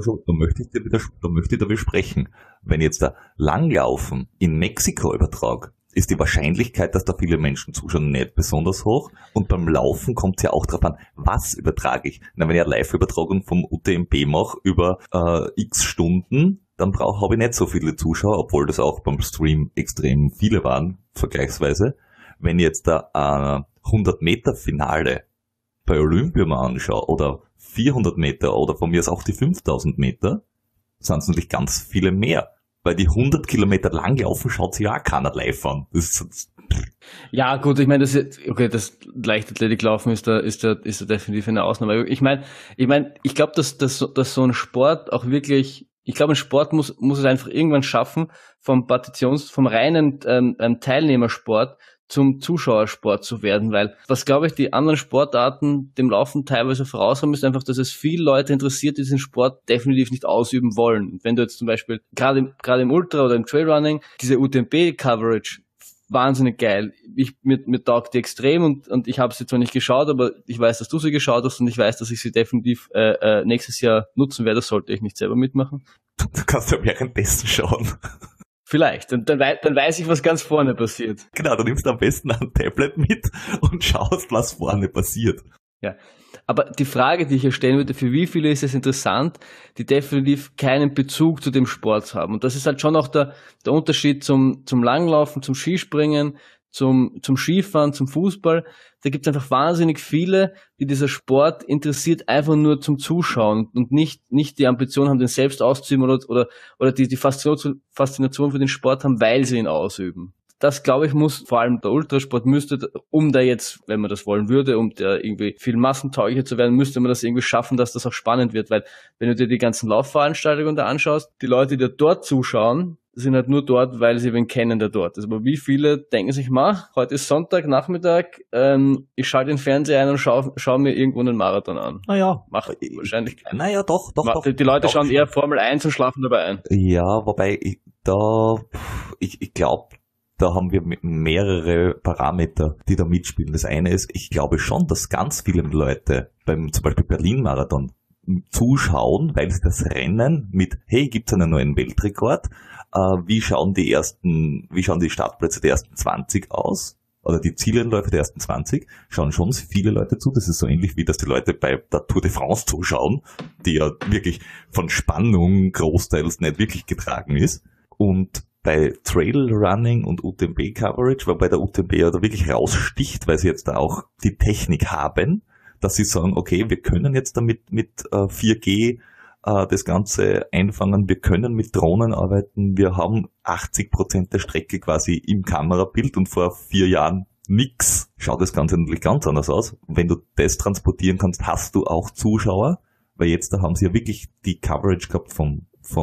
Speaker 2: ich da widersprechen. Wenn jetzt der Langlaufen in Mexiko übertrag, ist die Wahrscheinlichkeit, dass da viele Menschen zuschauen, nicht besonders hoch. Und beim Laufen kommt es ja auch darauf an, was übertrage ich. Wenn ich eine Live-Übertragung vom UTMB mache über x Stunden, dann habe ich nicht so viele Zuschauer, obwohl das auch beim Stream extrem viele waren, vergleichsweise. Wenn ich jetzt da 100-Meter-Finale bei Olympia mal anschaue oder 400 Meter oder von mir aus auch die 5000 Meter, sind es natürlich ganz viele mehr. Weil die 100 Kilometer Langlaufen schaut sich ja auch keiner live an.
Speaker 1: Ja, gut, ich meine, das Leichtathletiklaufen ist da definitiv eine Ausnahme. Ich glaube, dass so ein Sport auch wirklich, ich glaube, ein Sport muss es einfach irgendwann schaffen, vom reinen Teilnehmersport zum Zuschauersport zu werden, weil was, glaube ich, die anderen Sportarten dem Laufen teilweise voraus haben, ist einfach, dass es viele Leute interessiert, die diesen Sport definitiv nicht ausüben wollen. Und wenn du jetzt zum Beispiel gerade im Ultra oder im Trailrunning diese UTMB-Coverage, wahnsinnig geil. Mir taugt die extrem und ich habe sie zwar nicht geschaut, aber ich weiß, dass du sie geschaut hast und ich weiß, dass ich sie definitiv nächstes Jahr nutzen werde. Das sollte ich nicht selber mitmachen.
Speaker 2: Du kannst ja währenddessen schauen.
Speaker 1: Vielleicht. Und dann weiß ich, was ganz vorne passiert.
Speaker 2: Genau, du nimmst am besten ein Tablet mit und schaust, was vorne passiert.
Speaker 1: Ja. Aber die Frage, die ich hier stellen würde, für wie viele ist es interessant, die definitiv keinen Bezug zu dem Sport haben. Und das ist halt schon auch der Unterschied zum Langlaufen, zum Skispringen, zum Skifahren, zum Fußball. Da gibt es einfach wahnsinnig viele, die dieser Sport interessiert, einfach nur zum Zuschauen und nicht die Ambition haben, den selbst auszuüben oder die Faszination für den Sport haben, weil sie ihn ausüben. Das, glaube ich, muss, vor allem der Ultrasport müsste, um da jetzt, wenn man das wollen würde, um da irgendwie viel massentauglicher zu werden, müsste man das irgendwie schaffen, dass das auch spannend wird, weil wenn du dir die ganzen Laufveranstaltungen da anschaust, die Leute, die dort zuschauen, sind halt nur dort, weil sie wen kennen, der dort ist. Aber wie viele denken sich, heute ist Sonntagnachmittag, ich schalte den Fernseher ein und schau mir irgendwo einen Marathon an.
Speaker 2: Naja.
Speaker 1: Macht wahrscheinlich.
Speaker 2: Naja, doch.
Speaker 1: Die Leute schauen eher Formel 1 und schlafen dabei ein.
Speaker 2: Ja, wobei ich glaube, da haben wir mehrere Parameter, die da mitspielen. Das eine ist, ich glaube schon, dass ganz viele Leute beim zum Beispiel Berlin-Marathon zuschauen, weil sie das Rennen mit, hey, gibt's einen neuen Weltrekord? Wie schauen die Startplätze der ersten 20 aus? Oder die Zieleinläufe der ersten 20? Schauen schon viele Leute zu. Das ist so ähnlich wie, dass die Leute bei der Tour de France zuschauen, die ja wirklich von Spannung großteils nicht wirklich getragen ist. Und bei Trailrunning und UTMB-Coverage, wobei der UTMB ja da wirklich raussticht, weil sie jetzt da auch die Technik haben, dass sie sagen, okay, wir können jetzt damit mit 4G das Ganze einfangen, wir können mit Drohnen arbeiten, wir haben 80% der Strecke quasi im Kamerabild und vor 4 Jahren nix. Schaut das Ganze natürlich ganz anders aus. Wenn du das transportieren kannst, hast du auch Zuschauer, weil jetzt da haben sie ja wirklich die Coverage gehabt von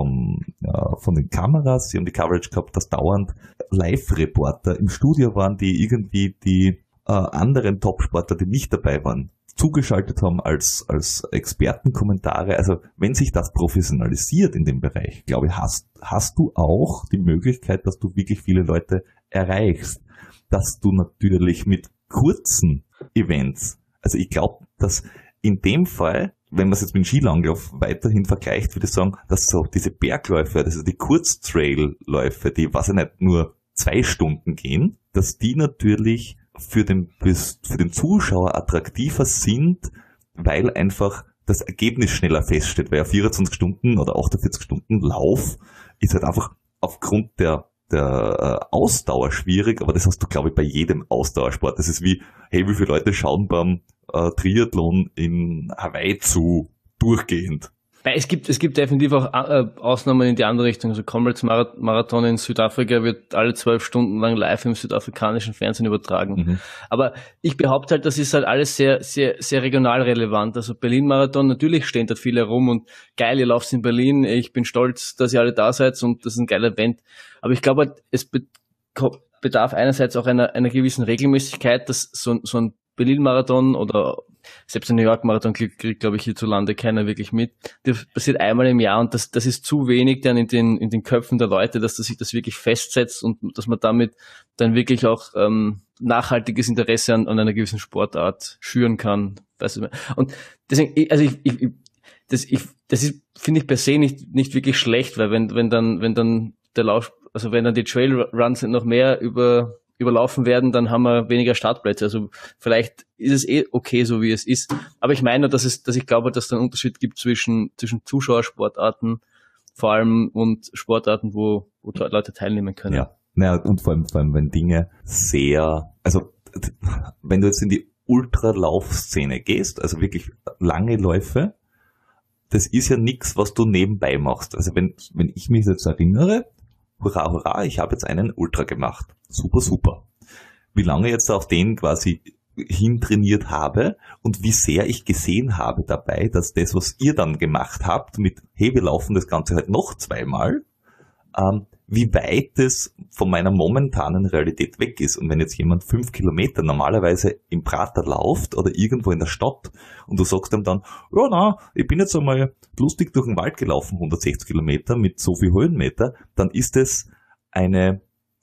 Speaker 2: den Kameras, sie haben die Coverage gehabt, dass dauernd Live-Reporter im Studio waren, die irgendwie die anderen Top-Sportler, die nicht dabei waren, zugeschaltet haben als Expertenkommentare. Also wenn sich das professionalisiert in dem Bereich, glaube ich, hast du auch die Möglichkeit, dass du wirklich viele Leute erreichst. Dass du natürlich mit kurzen Events, also ich glaube, dass in dem Fall, wenn man es jetzt mit dem Skilanglauf weiterhin vergleicht, würde ich sagen, dass so diese Bergläufe, also die Kurztrailläufe, die, weiß ich nicht, nur 2 Stunden gehen, dass die natürlich für den Zuschauer attraktiver sind, weil einfach das Ergebnis schneller feststeht, weil 24 Stunden oder 48 Stunden Lauf ist halt einfach aufgrund der Ausdauer schwierig, aber das hast du, glaube ich, bei jedem Ausdauersport. Das ist wie, hey, wie viele Leute schauen beim Triathlon in Hawaii zu, durchgehend.
Speaker 1: Es gibt definitiv auch Ausnahmen in die andere Richtung. Also Comrades Marathon in Südafrika wird alle 12 Stunden lang live im südafrikanischen Fernsehen übertragen. Mhm. Aber ich behaupte halt, das ist halt alles sehr, sehr, sehr regional relevant. Also Berlin-Marathon, natürlich stehen dort viele rum und geil, ihr lauft in Berlin, ich bin stolz, dass ihr alle da seid und das ist ein geiler Event. Aber ich glaube halt, es bedarf einerseits auch einer gewissen Regelmäßigkeit, dass so ein Berlin-Marathon oder selbst ein New York-Marathon kriegt, glaube ich, hierzulande keiner wirklich mit. Das passiert einmal im Jahr und das ist zu wenig dann in den Köpfen der Leute, dass sich das wirklich festsetzt und dass man damit dann wirklich auch nachhaltiges Interesse an einer gewissen Sportart schüren kann. Und deswegen, also das ist, finde ich per se nicht wirklich schlecht, weil wenn dann der Lauf, also wenn dann die Trailruns noch mehr überlaufen werden, dann haben wir weniger Startplätze. Also vielleicht ist es okay, so wie es ist. Aber ich meine, dass ich glaube, dass es einen Unterschied gibt zwischen Zuschauersportarten vor allem und Sportarten, wo Leute teilnehmen können.
Speaker 2: Ja, naja, und vor allem, wenn Dinge also wenn du jetzt in die Ultralaufszene gehst, also wirklich lange Läufe, das ist ja nichts, was du nebenbei machst. Also wenn ich mich jetzt erinnere, hurra, hurra, ich habe jetzt einen Ultra gemacht. Super, super. Wie lange jetzt auf den quasi hintrainiert habe und wie sehr ich gesehen habe dabei, dass das, was ihr dann gemacht habt, mit, hey, wir laufen das Ganze halt noch 2-mal, wie weit das von meiner momentanen Realität weg ist. Und wenn jetzt jemand 5 Kilometer normalerweise im Prater läuft oder irgendwo in der Stadt und du sagst ihm dann, ja, na, ich bin jetzt einmal lustig durch den Wald gelaufen, 160 Kilometer mit so viel Höhenmeter, dann ist es eine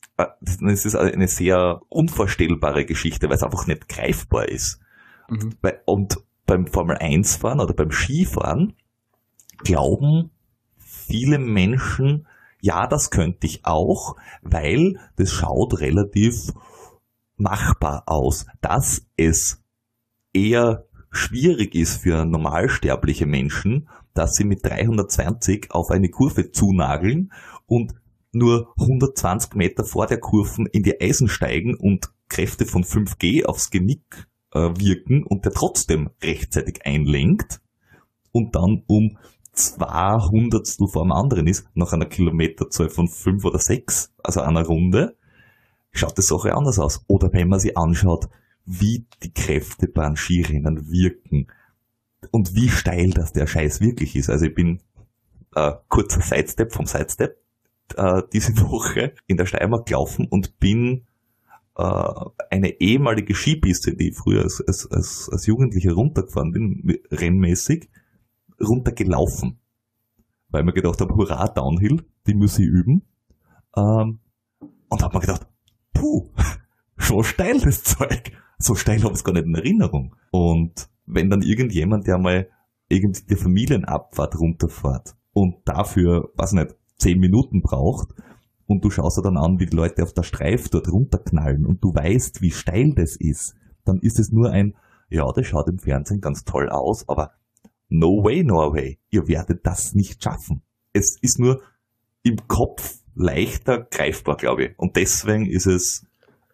Speaker 2: sehr unvorstellbare Geschichte, weil es einfach nicht greifbar ist. Mhm. Und beim Formel 1 fahren oder beim Skifahren glauben viele Menschen, ja, das könnte ich auch, weil das schaut relativ machbar aus. Dass es eher schwierig ist für normalsterbliche Menschen, dass sie mit 320 auf eine Kurve zunageln und nur 120 Meter vor der Kurve in die Eisen steigen und Kräfte von 5G aufs Genick wirken und der trotzdem rechtzeitig einlenkt und dann um 200 vor dem anderen ist, nach einer Kilometerzahl von 5 oder 6, also einer Runde, schaut die Sache anders aus. Oder wenn man sich anschaut, wie die Kräfte beim Skirennen wirken und wie steil das der Scheiß wirklich ist. Also ich bin kurzer Sidestep vom Sidestep diese Woche in der Steiermark gelaufen und bin eine ehemalige Skipiste, die ich früher als Jugendlicher runtergefahren bin, rennmäßig, runtergelaufen. Weil ich mir gedacht habe, hurra, Downhill, die muss ich üben. Und habe mir gedacht, puh, schon steil das Zeug. So steil habe ich es gar nicht in Erinnerung. Und wenn dann irgendjemand, der mal irgendwie die Familienabfahrt runterfährt und dafür, weiß nicht, 10 Minuten braucht und du schaust dir dann an, wie die Leute auf der Streif dort runterknallen und du weißt, wie steil das ist, dann ist es nur ja, das schaut im Fernsehen ganz toll aus, aber no way, no way, ihr werdet das nicht schaffen. Es ist nur im Kopf leichter greifbar, glaube ich. Und deswegen ist es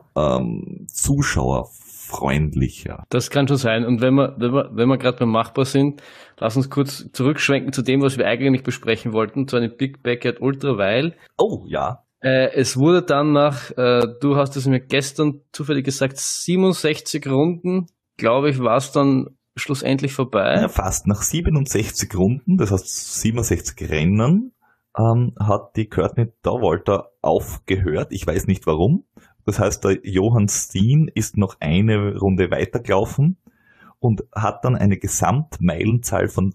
Speaker 2: zuschauerfreundlicher.
Speaker 1: Das kann schon sein. Und wenn wir gerade beim Machbar sind, lass uns kurz zurückschwenken zu dem, was wir eigentlich besprechen wollten, zu einem Big Backyard Ultra, weil
Speaker 2: oh, ja.
Speaker 1: Es wurde dann du hast es mir gestern zufällig gesagt, 67 Runden, glaube ich, war es dann schlussendlich vorbei.
Speaker 2: Ja, fast nach 67 Runden, das heißt 67 Rennen, hat die Courtney Dauwalter aufgehört. Ich weiß nicht warum. Das heißt, der Johann Steen ist noch eine Runde weitergelaufen und hat dann eine Gesamtmeilenzahl von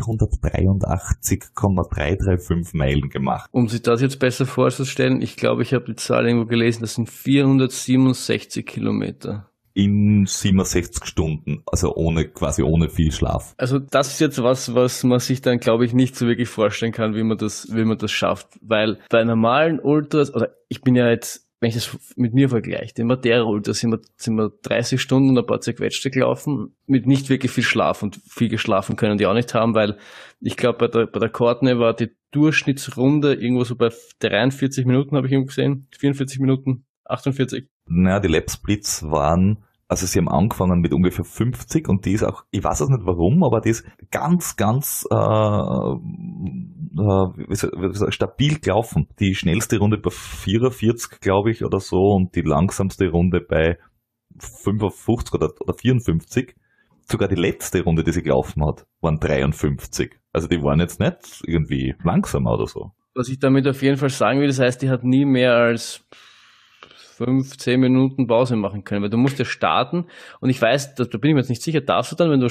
Speaker 2: 283,335 Meilen gemacht.
Speaker 1: Um sich das jetzt besser vorzustellen, ich glaube, ich habe die Zahl irgendwo gelesen, das sind 467 Kilometer.
Speaker 2: In 67 Stunden, also ohne viel Schlaf.
Speaker 1: Also das ist jetzt was man sich dann, glaube ich, nicht so wirklich vorstellen kann, wie man das schafft. Weil bei normalen Ultras, oder ich bin ja jetzt, wenn ich das mit mir vergleiche, den Madeira, da sind wir 30 Stunden und ein paar zerquetschte gelaufen, mit nicht wirklich viel Schlaf, und viel geschlafen können die auch nicht haben, weil ich glaube, bei der Courtney war die Durchschnittsrunde irgendwo so bei 43 Minuten, habe ich irgendwo gesehen, 44 Minuten, 48.
Speaker 2: Naja, die Lap-Splits waren, also sie haben angefangen mit ungefähr 50 und die ist auch, ich weiß auch nicht warum, aber die ist ganz, ganz stabil gelaufen. Die schnellste Runde bei 44, glaube ich, oder so, und die langsamste Runde bei 55 oder 54. Sogar die letzte Runde, die sie gelaufen hat, waren 53. Also die waren jetzt nicht irgendwie langsamer oder so.
Speaker 1: Was ich damit auf jeden Fall sagen will, das heißt, die hat nie mehr als 5-10 Minuten Pause machen können, weil du musst ja starten, und ich weiß, da bin ich mir jetzt nicht sicher, darfst du dann, wenn du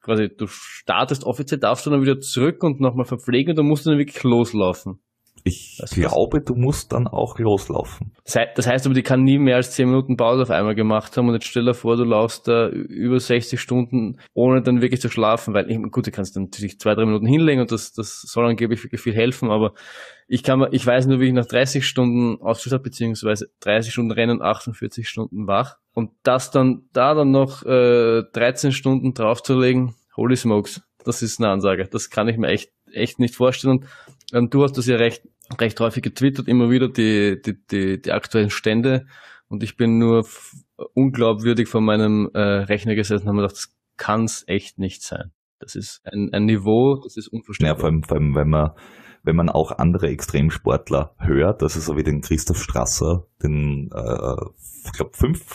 Speaker 1: startest offiziell, darfst du dann wieder zurück und nochmal verpflegen, und dann musst du dann wirklich loslaufen.
Speaker 2: Ich glaube, du musst dann auch loslaufen.
Speaker 1: Das heißt aber, die kann nie mehr als 10 Minuten Pause auf einmal gemacht haben, und jetzt stell dir vor, du laufst da über 60 Stunden, ohne dann wirklich zu schlafen, weil, gut, du kannst dann natürlich 2-3 Minuten hinlegen, und das soll angeblich wirklich viel helfen, aber ich weiß nur, wie ich nach 30 Stunden ausgeschaut habe, beziehungsweise 30 Stunden Rennen, 48 Stunden wach, und das dann noch 13 Stunden draufzulegen, holy smokes, das ist eine Ansage, das kann ich mir echt nicht vorstellen. Und du hast das ja recht häufig getwittert, immer wieder die aktuellen Stände, und ich bin nur unglaubwürdig vor meinem Rechner gesessen und habe mir gedacht, das kann's echt nicht sein. Das ist ein Niveau, das ist unvorstellbar.
Speaker 2: Ja, vor allem wenn man auch andere Extremsportler hört, also so wie den Christoph Strasser, den, ich glaube,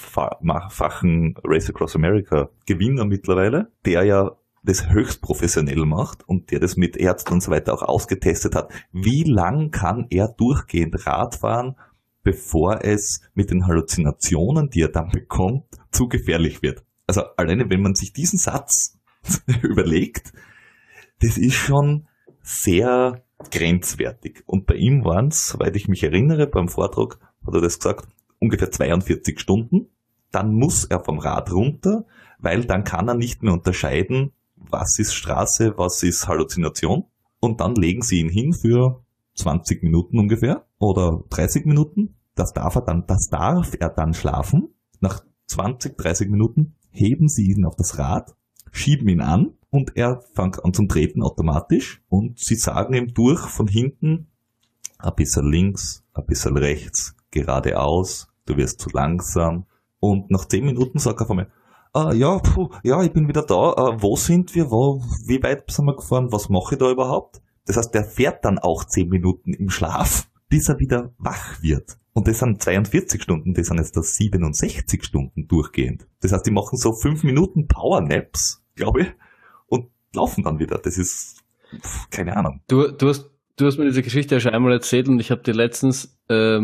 Speaker 2: 5-fachen Race Across America Gewinner mittlerweile, der ja das höchst professionell macht und der das mit Ärzten und so weiter auch ausgetestet hat. Wie lang kann er durchgehend Radfahren, bevor es mit den Halluzinationen, die er dann bekommt, zu gefährlich wird? Also alleine, wenn man sich diesen Satz überlegt, das ist schon sehr grenzwertig. Und bei ihm waren es, soweit ich mich erinnere, beim Vortrag hat er das gesagt, ungefähr 42 Stunden. Dann muss er vom Rad runter, weil dann kann er nicht mehr unterscheiden, was ist Straße, was ist Halluzination. Und dann legen sie ihn hin für 20 Minuten ungefähr oder 30 Minuten. Das darf er dann schlafen. Nach 20, 30 Minuten heben sie ihn auf das Rad, schieben ihn an und er fängt an zum Treten automatisch. Und sie sagen ihm durch von hinten, ein bisschen links, ein bisschen rechts, geradeaus, du wirst zu langsam. Und nach 10 Minuten sagt er von mir, ich bin wieder da. Wo sind wir? Wie weit sind wir gefahren? Was mache ich da überhaupt? Das heißt, der fährt dann auch 10 Minuten im Schlaf, bis er wieder wach wird. Und das sind 42 Stunden, das sind jetzt das 67 Stunden durchgehend. Das heißt, die machen so 5 Minuten Powernaps, glaube ich, und laufen dann wieder. Das ist, keine Ahnung.
Speaker 1: Du hast mir diese Geschichte ja schon einmal erzählt, und ich habe dir letztens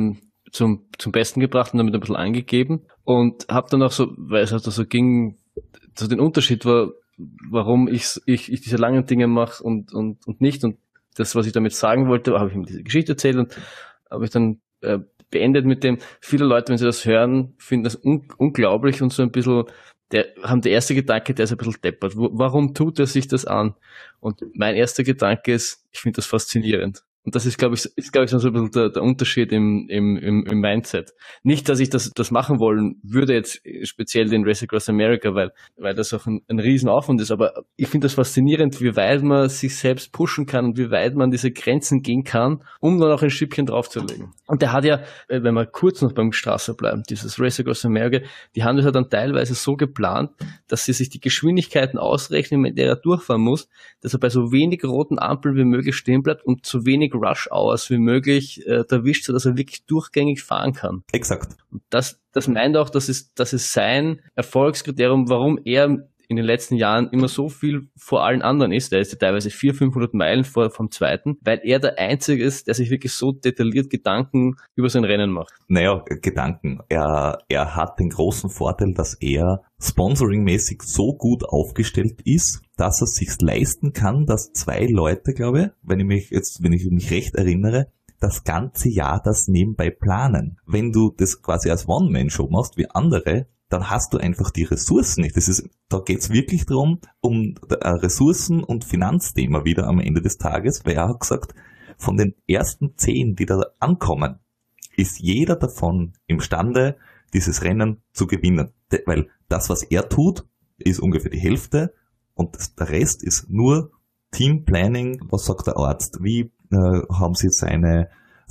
Speaker 1: zum Besten gebracht und damit ein bisschen angegeben und habe dann auch so, weil es halt so ging, so den Unterschied war, warum ich diese langen Dinge mache und nicht, und das, was ich damit sagen wollte, habe ich ihm diese Geschichte erzählt und habe ich dann beendet mit dem, viele Leute, wenn sie das hören, finden das unglaublich und so ein bisschen, haben der erste Gedanke, der ist ein bisschen deppert. Warum tut er sich das an? Und mein erster Gedanke ist, ich finde das faszinierend. Und das ist, glaube ich, so ein bisschen der Unterschied im Mindset. Nicht, dass ich das machen wollen würde, jetzt speziell den Race Across America, weil das auch ein Riesenaufwand ist. Aber ich finde das faszinierend, wie weit man sich selbst pushen kann und wie weit man diese Grenzen gehen kann, um dann auch ein Stückchen draufzulegen. Und der hat ja, wenn wir kurz noch beim Strasser bleiben, dieses Race Across America, die haben das ja dann teilweise so geplant, dass sie sich die Geschwindigkeiten ausrechnen, mit der er durchfahren muss, dass er bei so wenig roten Ampeln wie möglich stehen bleibt und so wenig Rush Hours wie möglich erwischt, sodass er wirklich durchgängig fahren kann.
Speaker 2: Exakt.
Speaker 1: Und das meint auch, das ist sein Erfolgskriterium, warum er in den letzten Jahren immer so viel vor allen anderen ist. Der ist ja teilweise 400-500 Meilen vom Zweiten, weil er der Einzige ist, der sich wirklich so detailliert Gedanken über sein Rennen macht.
Speaker 2: Naja, Gedanken. Er hat den großen Vorteil, dass er sponsoringmäßig so gut aufgestellt ist, dass er sich leisten kann, dass 2 Leute, glaube ich, wenn ich mich recht erinnere, das ganze Jahr das nebenbei planen. Wenn du das quasi als One-Man-Show machst, wie andere, dann hast du einfach die Ressourcen nicht. Da geht's wirklich darum, um Ressourcen- und Finanzthema wieder am Ende des Tages, weil er hat gesagt, von den ersten 10, die da ankommen, ist jeder davon imstande, dieses Rennen zu gewinnen. Weil das, was er tut, ist ungefähr die Hälfte und der Rest ist nur Teamplanning. Was sagt der Arzt? Wie haben sie seine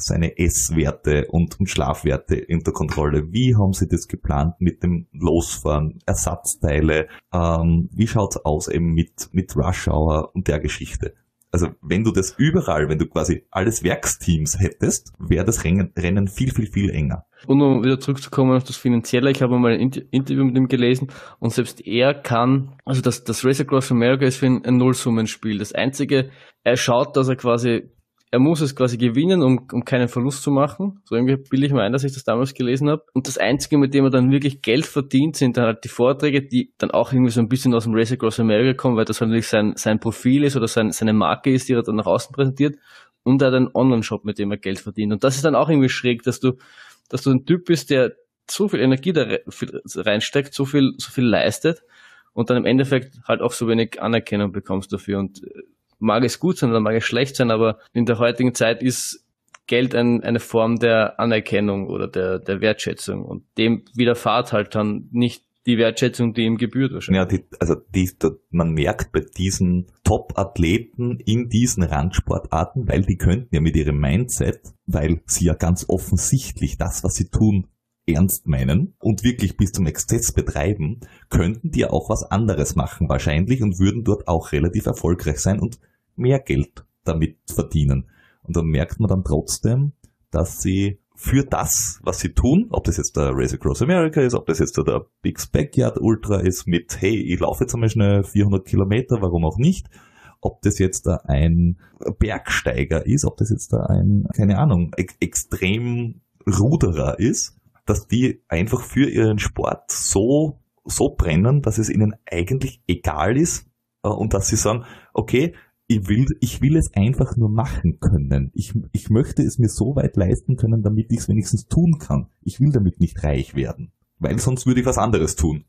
Speaker 2: Esswerte und Schlafwerte in der Kontrolle? Wie haben sie das geplant mit dem Losfahren, Ersatzteile? Wie schaut's aus eben mit Rush Hour und der Geschichte? Also wenn du das überall, wenn du quasi alles Werksteams hättest, wäre das Rennen viel, viel, viel enger.
Speaker 1: Und um wieder zurückzukommen auf das Finanzielle, ich habe mal ein Interview mit ihm gelesen und selbst er kann, also das Race Across America ist für ihn ein Nullsummenspiel. Das Einzige, er schaut, dass er muss es quasi gewinnen, um keinen Verlust zu machen. So irgendwie bilde ich mir ein, dass ich das damals gelesen habe. Und das Einzige, mit dem er dann wirklich Geld verdient, sind dann halt die Vorträge, die dann auch irgendwie so ein bisschen aus dem Race Across America kommen, weil das halt natürlich sein Profil ist oder seine Marke ist, die er dann nach außen präsentiert. Und er hat einen Online-Shop, mit dem er Geld verdient. Und das ist dann auch irgendwie schräg, dass du ein Typ bist, der so viel Energie da reinsteckt, so viel leistet und dann im Endeffekt halt auch so wenig Anerkennung bekommst dafür. Und mag es gut sein oder mag es schlecht sein, aber in der heutigen Zeit ist Geld eine Form der Anerkennung oder der Wertschätzung und dem widerfahrt halt dann nicht die Wertschätzung, die ihm gebührt wahrscheinlich.
Speaker 2: Ja, man merkt bei diesen Top-Athleten in diesen Randsportarten, weil die könnten ja mit ihrem Mindset, weil sie ja ganz offensichtlich das, was sie tun, ernst meinen und wirklich bis zum Exzess betreiben, könnten die auch was anderes machen wahrscheinlich und würden dort auch relativ erfolgreich sein und mehr Geld damit verdienen. Und dann merkt man dann trotzdem, dass sie für das, was sie tun, ob das jetzt der Race Across America ist, ob das jetzt der Big Backyard Ultra ist mit, hey, ich laufe jetzt einmal schnell 400 Kilometer, warum auch nicht, ob das jetzt ein Bergsteiger ist, ob das jetzt ein, keine Ahnung, extrem Ruderer ist, dass die einfach für ihren Sport so brennen, dass es ihnen eigentlich egal ist und dass sie sagen, okay, ich will es einfach nur machen können. Ich möchte es mir so weit leisten können, damit ich es wenigstens tun kann. Ich will damit nicht reich werden, weil sonst würde ich was anderes tun.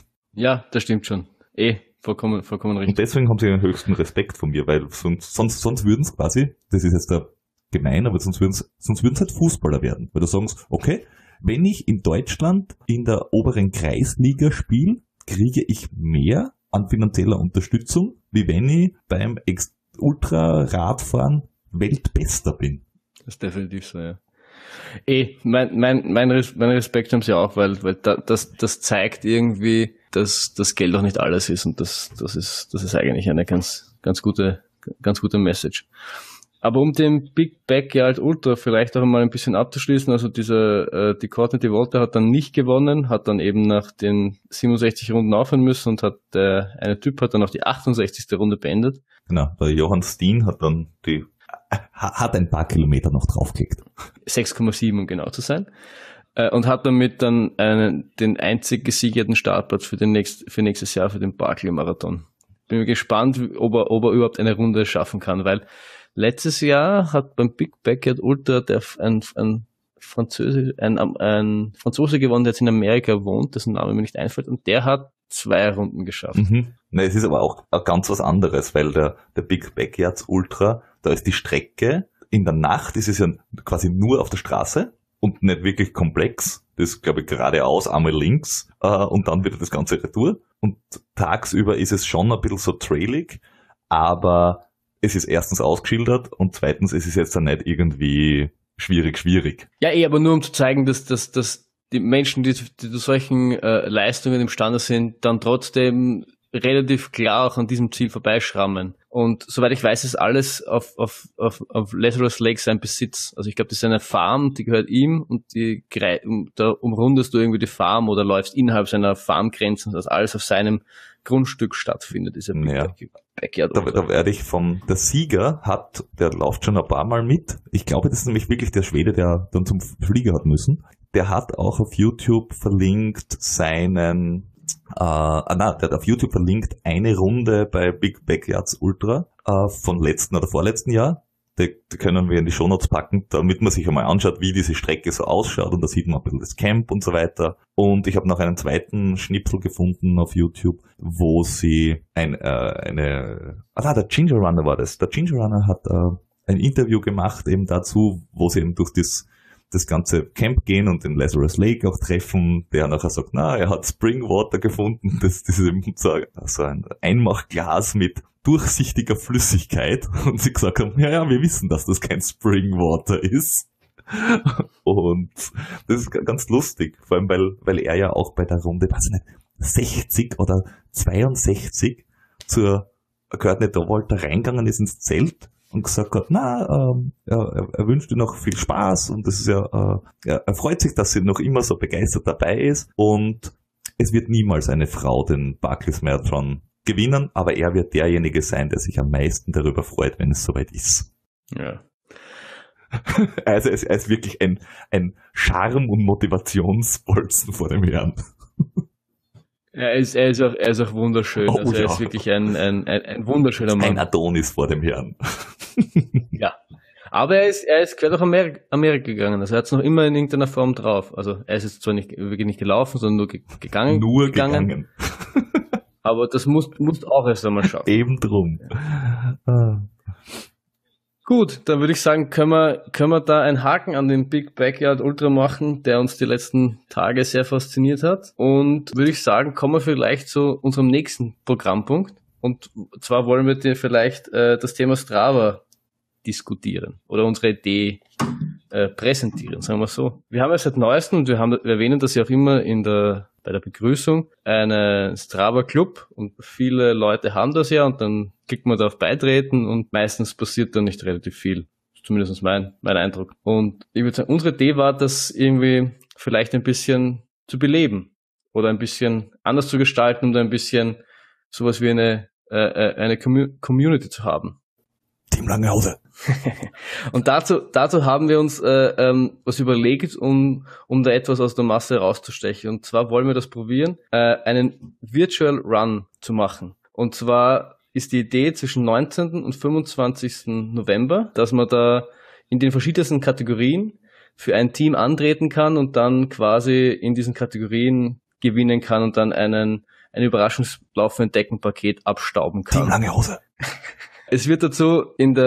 Speaker 2: Ja, das stimmt schon. Vollkommen richtig. Und deswegen haben sie den höchsten Respekt von mir, weil sonst würden es quasi, das ist jetzt gemein, aber sonst würden es halt Fußballer werden. Weil du sagst, okay, wenn ich in Deutschland in der oberen Kreisliga spiele, kriege ich mehr an finanzieller Unterstützung, wie wenn ich beim Ultra-Radfahren Weltbester bin. Das ist definitiv so, ja. Mein Respekt haben sie auch, weil das zeigt irgendwie, dass das Geld auch nicht alles ist und das ist eigentlich eine ganz gute Message. Aber um den Big Backyard Ultra vielleicht auch mal ein bisschen abzuschließen, also die Courtney Dauwalter hat dann nicht gewonnen, hat dann eben nach den 67 Runden aufhören müssen und eine Typ hat dann auch die 68. Runde beendet. Genau, der Johann Steen hat dann hat ein paar Kilometer noch draufgelegt. 6,7 um genau zu sein. Und hat damit dann den einzig gesiegerten Startplatz für nächstes Jahr für den Barkley-Marathon. Bin gespannt, ob er überhaupt eine Runde schaffen kann, weil letztes Jahr hat beim Big Backyard Ultra ein Franzose gewonnen, der jetzt in Amerika wohnt, dessen Name mir nicht einfällt, und der hat 2 Runden geschafft. Mhm. Na, es ist aber auch ganz was anderes, weil der Big Backyard Ultra, da ist die Strecke, in der Nacht ist es ja quasi nur auf der Straße und nicht wirklich komplex. Das ist, glaube ich, geradeaus, einmal links und dann wieder das ganze Retour. Und tagsüber ist es schon ein bisschen so trailig, aber es ist erstens ausgeschildert und zweitens ist es jetzt dann nicht irgendwie schwierig. Ja, aber nur um zu zeigen, dass die Menschen, die zu solchen Leistungen imstande sind, dann trotzdem relativ klar auch an diesem Ziel vorbeischrammen. Und soweit ich weiß, ist alles auf Lazarus Lake sein Besitz. Also ich glaube, das ist eine Farm, die gehört ihm und da umrundest du irgendwie die Farm oder läufst innerhalb seiner Farmgrenzen, dass alles auf seinem Grundstück stattfindet, dieser Backyard. Da werde ich der Sieger der läuft schon ein paar Mal mit. Ich glaube, das ist nämlich wirklich der Schwede, der dann zum Flieger hat müssen. Der hat auch auf YouTube verlinkt der hat auf YouTube verlinkt eine Runde bei Big Backyards Ultra von letzten oder vorletzten Jahr. Die können wir in die Shownotes packen, damit man sich einmal anschaut, wie diese Strecke so ausschaut, und da sieht man ein bisschen das Camp und so weiter. Und ich habe noch einen zweiten Schnipsel gefunden auf YouTube, wo sie der Ginger Runner war das. Der Ginger Runner hat ein Interview gemacht eben dazu, wo sie eben durch das ganze Camp gehen und den Lazarus Lake auch treffen, der nachher sagt, er hat Springwater gefunden, das ist eben so ein Einmachglas mit durchsichtiger Flüssigkeit, und sie gesagt haben, ja, wir wissen, dass das kein Springwater ist. Und das ist ganz lustig, vor allem weil er ja auch bei der Runde, weiß ich nicht, 60 oder 62 gehört nicht, da wollte er reingegangen ist ins Zelt und gesagt hat, er wünscht dir noch viel Spaß, und das ist er freut sich, dass sie noch immer so begeistert dabei ist, und es wird niemals eine Frau den Barclays Marathon gewinnen, aber er wird derjenige sein, der sich am meisten darüber freut, wenn es soweit ist.
Speaker 1: Ja.
Speaker 2: Also er ist wirklich ein Charme- und Motivationsbolzen vor dem Herrn.
Speaker 1: Er ist auch wunderschön. Also er ist wirklich ein wunderschöner Mann.
Speaker 2: Ein Adonis vor dem Herrn.
Speaker 1: Ja. Aber er ist quer durch Amerika gegangen. Also er hat es noch immer in irgendeiner Form drauf. Also er ist jetzt zwar wirklich nicht gelaufen, sondern nur gegangen.
Speaker 2: Nur gegangen.
Speaker 1: Aber das musst auch erst einmal schaffen.
Speaker 2: Eben drum.
Speaker 1: Gut, dann würde ich sagen, können wir da einen Haken an den Big Backyard Ultra machen, der uns die letzten Tage sehr fasziniert hat. Und würde ich sagen, kommen wir vielleicht zu unserem nächsten Programmpunkt. Und zwar wollen wir dir vielleicht das Thema Strava diskutieren oder unsere Idee präsentieren, sagen wir so. Wir haben ja seit neuestem, und wir erwähnen das ja auch immer bei der Begrüßung, einen Strava Club, und viele Leute haben das ja, und dann klickt man da auf Beitreten und meistens passiert da nicht relativ viel. Zumindest mein Eindruck. Und ich würde sagen, unsere Idee war, das irgendwie vielleicht ein bisschen zu beleben oder ein bisschen anders zu gestalten, um da ein bisschen sowas wie eine Community zu haben.
Speaker 2: Team Langhause.
Speaker 1: Und dazu haben wir uns was überlegt, um da etwas aus der Masse rauszustechen. Und zwar wollen wir das probieren, einen Virtual Run zu machen. Und zwar ist die Idee zwischen 19. und 25. November, dass man da in den verschiedensten Kategorien für ein Team antreten kann und dann quasi in diesen Kategorien gewinnen kann und dann ein Überraschungslauf entdecken Paket abstauben kann.
Speaker 2: Team Langhause.
Speaker 1: Es wird dazu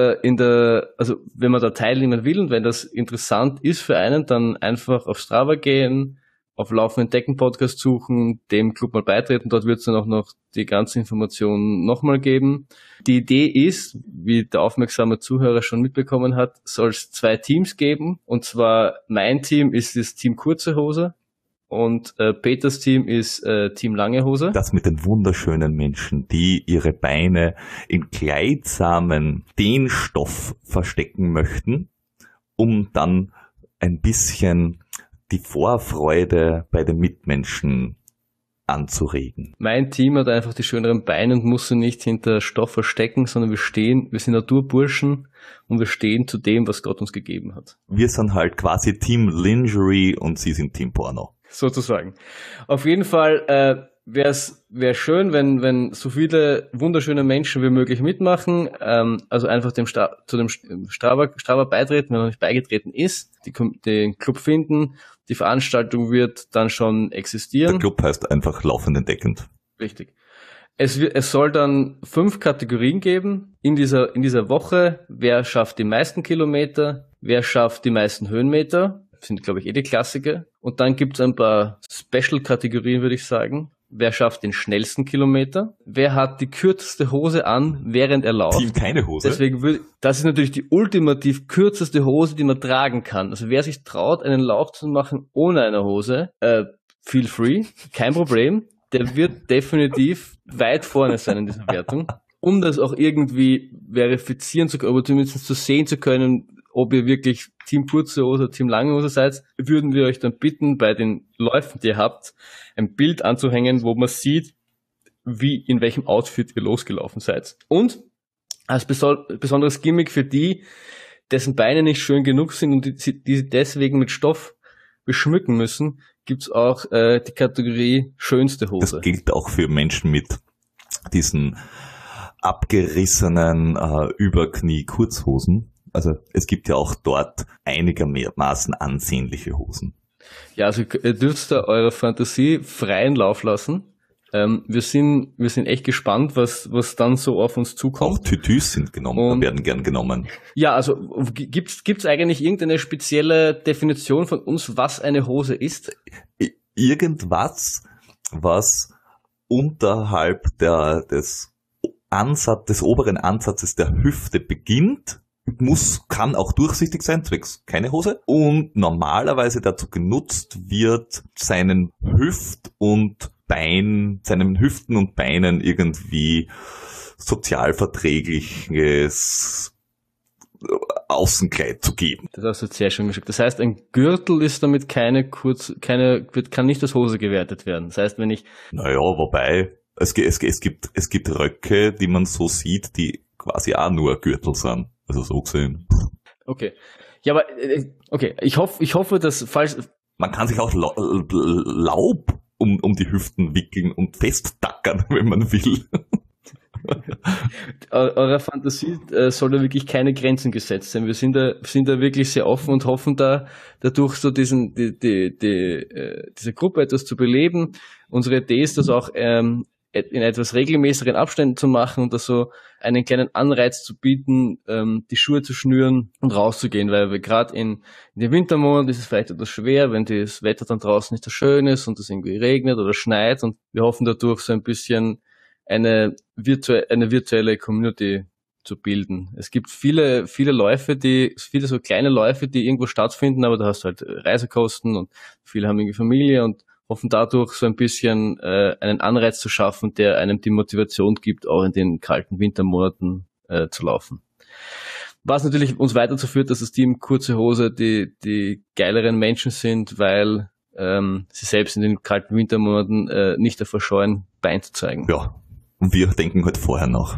Speaker 1: also wenn man da teilnehmen will und wenn das interessant ist für einen, dann einfach auf Strava gehen, auf Laufen Entdecken Podcast suchen, dem Club mal beitreten, dort wird es dann auch noch die ganze Information nochmal geben. Die Idee ist, wie der aufmerksame Zuhörer schon mitbekommen hat, soll es 2 Teams geben, und zwar mein Team ist das Team Kurze Hose und Peters Team ist Team Lange Hose.
Speaker 2: Das mit den wunderschönen Menschen, die ihre Beine in kleidsamen Dehnstoff verstecken möchten, um dann ein bisschen die Vorfreude bei den Mitmenschen anzuregen.
Speaker 1: Mein Team hat einfach die schöneren Beine und muss sie nicht hinter Stoff verstecken, sondern wir sind Naturburschen und wir stehen zu dem, was Gott uns gegeben hat.
Speaker 2: Wir sind halt quasi Team Lingerie und sie sind Team Porno.
Speaker 1: Sozusagen. Auf jeden Fall wäre schön, wenn so viele wunderschöne Menschen wie möglich mitmachen, also einfach zu dem Strava beitreten, wenn man nicht beigetreten ist, den Club finden, die Veranstaltung wird dann schon existieren.
Speaker 2: Der Club heißt einfach laufend entdeckend.
Speaker 1: Richtig. Es soll dann 5 Kategorien geben in dieser Woche. Wer schafft die meisten Kilometer? Wer schafft die meisten Höhenmeter? Das sind, glaube ich, die Klassiker. Und dann gibt es ein paar Special-Kategorien, würde ich sagen. Wer schafft den schnellsten Kilometer? Wer hat die kürzeste Hose an, während er läuft?
Speaker 2: Team keine Hose.
Speaker 1: Das ist natürlich die ultimativ kürzeste Hose, die man tragen kann. Also wer sich traut, einen Lauf zu machen ohne eine Hose, feel free, kein Problem. Der wird definitiv weit vorne sein in dieser Wertung. Um das auch irgendwie verifizieren zu können, oder zumindest zu sehen zu können, ob ihr wirklich Team Kurze Hose oder Team Lange Hose seid, würden wir euch dann bitten, bei den Läufen, die ihr habt, ein Bild anzuhängen, wo man sieht, in welchem Outfit ihr losgelaufen seid. Und als besonderes Gimmick für die, dessen Beine nicht schön genug sind und die sie deswegen mit Stoff beschmücken müssen, gibt's auch die Kategorie schönste Hose.
Speaker 2: Das gilt auch für Menschen mit diesen abgerissenen Überknie-Kurzhosen. Also es gibt ja auch dort einigermaßen ansehnliche Hosen.
Speaker 1: Ja, also ihr dürft da eure Fantasie freien Lauf lassen. Wir sind echt gespannt, was dann so auf uns zukommt.
Speaker 2: Auch Tütüs sind genommen, werden gern genommen.
Speaker 1: Ja, also gibt's eigentlich irgendeine spezielle Definition von uns, was eine Hose ist?
Speaker 2: Irgendwas, was unterhalb des oberen Ansatzes der Hüfte beginnt, kann auch durchsichtig sein, zwecks keine Hose, und normalerweise dazu genutzt wird, seinen Hüften und Beinen irgendwie sozialverträgliches Außenkleid zu geben.
Speaker 1: Das hast du sehr schön gesagt. Das heißt, ein Gürtel ist damit kann nicht als Hose gewertet werden. Das heißt, wenn ich...
Speaker 2: Naja, wobei, es gibt Röcke, die man so sieht, die quasi auch nur Gürtel sind. Also so gesehen.
Speaker 1: Okay. Ja, aber, okay. Ich hoffe, dass, falls...
Speaker 2: Man kann sich auch Laub um die Hüften wickeln und festtackern, wenn man will.
Speaker 1: Eurer Fantasie soll da wirklich keine Grenzen gesetzt sein. Wir sind da wirklich sehr offen und hoffen dadurch so diese Gruppe etwas zu beleben. Unsere Idee ist, das auch in etwas regelmäßigeren Abständen zu machen und da so einen kleinen Anreiz zu bieten, die Schuhe zu schnüren und rauszugehen, weil wir gerade in den Wintermonaten ist es vielleicht etwas schwer, wenn das Wetter dann draußen nicht so schön ist und es irgendwie regnet oder schneit, und wir hoffen dadurch so ein bisschen eine virtuelle Community zu bilden. Es gibt viele Läufe, viele so kleine Läufe, die irgendwo stattfinden, aber da hast du halt Reisekosten und viele haben irgendwie Familie und hoffen dadurch so ein bisschen einen Anreiz zu schaffen, der einem die Motivation gibt, auch in den kalten Wintermonaten zu laufen. Was natürlich uns weiter dazu führt, dass das Team Kurze Hose die geileren Menschen sind, weil sie selbst in den kalten Wintermonaten nicht davor scheuen, Bein zu zeigen.
Speaker 2: Ja, und wir denken halt vorher nach.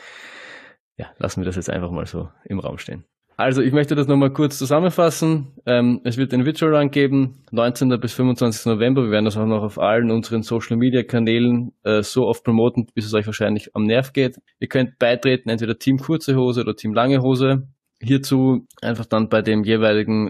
Speaker 1: Ja, lassen wir das jetzt einfach mal so im Raum stehen. Also ich möchte das nochmal kurz zusammenfassen. Es wird einen Virtual Run geben, 19. bis 25. November. Wir werden das auch noch auf allen unseren Social Media Kanälen so oft promoten, bis es euch wahrscheinlich am Nerv geht. Ihr könnt beitreten, entweder Team Kurze Hose oder Team Lange Hose. Hierzu einfach dann bei dem jeweiligen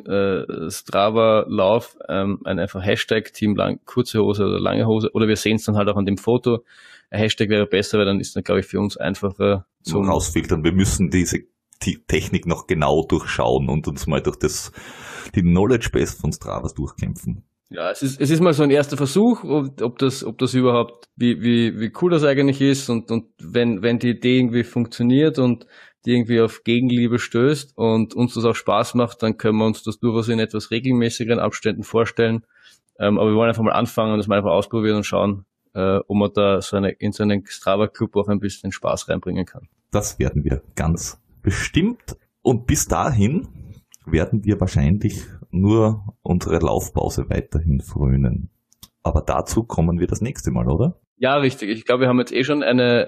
Speaker 1: Strava-Lauf einfach Hashtag Team Kurze Hose oder Lange Hose, oder wir sehen es dann halt auch an dem Foto. Ein Hashtag wäre besser, weil dann ist dann, glaube ich, für uns einfacher
Speaker 2: zum rausfiltern. Wir müssen diese Technik noch genau durchschauen und uns mal durch die Knowledge Base von Strava durchkämpfen.
Speaker 1: Ja, es ist mal so ein erster Versuch, ob das überhaupt, wie cool das eigentlich ist, und wenn die Idee irgendwie funktioniert und die irgendwie auf Gegenliebe stößt und uns das auch Spaß macht, dann können wir uns das durchaus in etwas regelmäßigeren Abständen vorstellen. Aber wir wollen einfach mal anfangen und das mal einfach ausprobieren und schauen, ob man da in so einen Strava-Club auch ein bisschen Spaß reinbringen kann.
Speaker 2: Das werden wir ganz bestimmt. Und bis dahin werden wir wahrscheinlich nur unsere Laufpause weiterhin frönen. Aber dazu kommen wir das nächste Mal, oder?
Speaker 1: Ja, richtig. Ich glaube, wir haben jetzt schon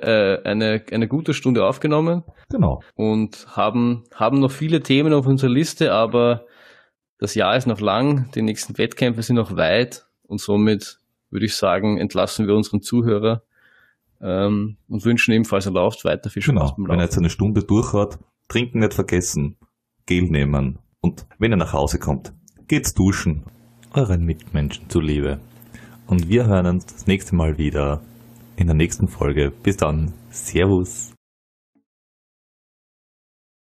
Speaker 1: eine gute Stunde aufgenommen.
Speaker 2: Genau.
Speaker 1: Und haben noch viele Themen auf unserer Liste, aber das Jahr ist noch lang, die nächsten Wettkämpfe sind noch weit, und somit würde ich sagen, entlassen wir unseren Zuhörer und wünschen ihm, falls er lauft, weiter viel Spaß beim Laufen.
Speaker 2: Wenn er jetzt eine Stunde durchhat, trinken nicht vergessen, Gel nehmen, und wenn er nach Hause kommt, geht's duschen. Euren Mitmenschen zuliebe. Und wir hören uns das nächste Mal wieder in der nächsten Folge. Bis dann. Servus.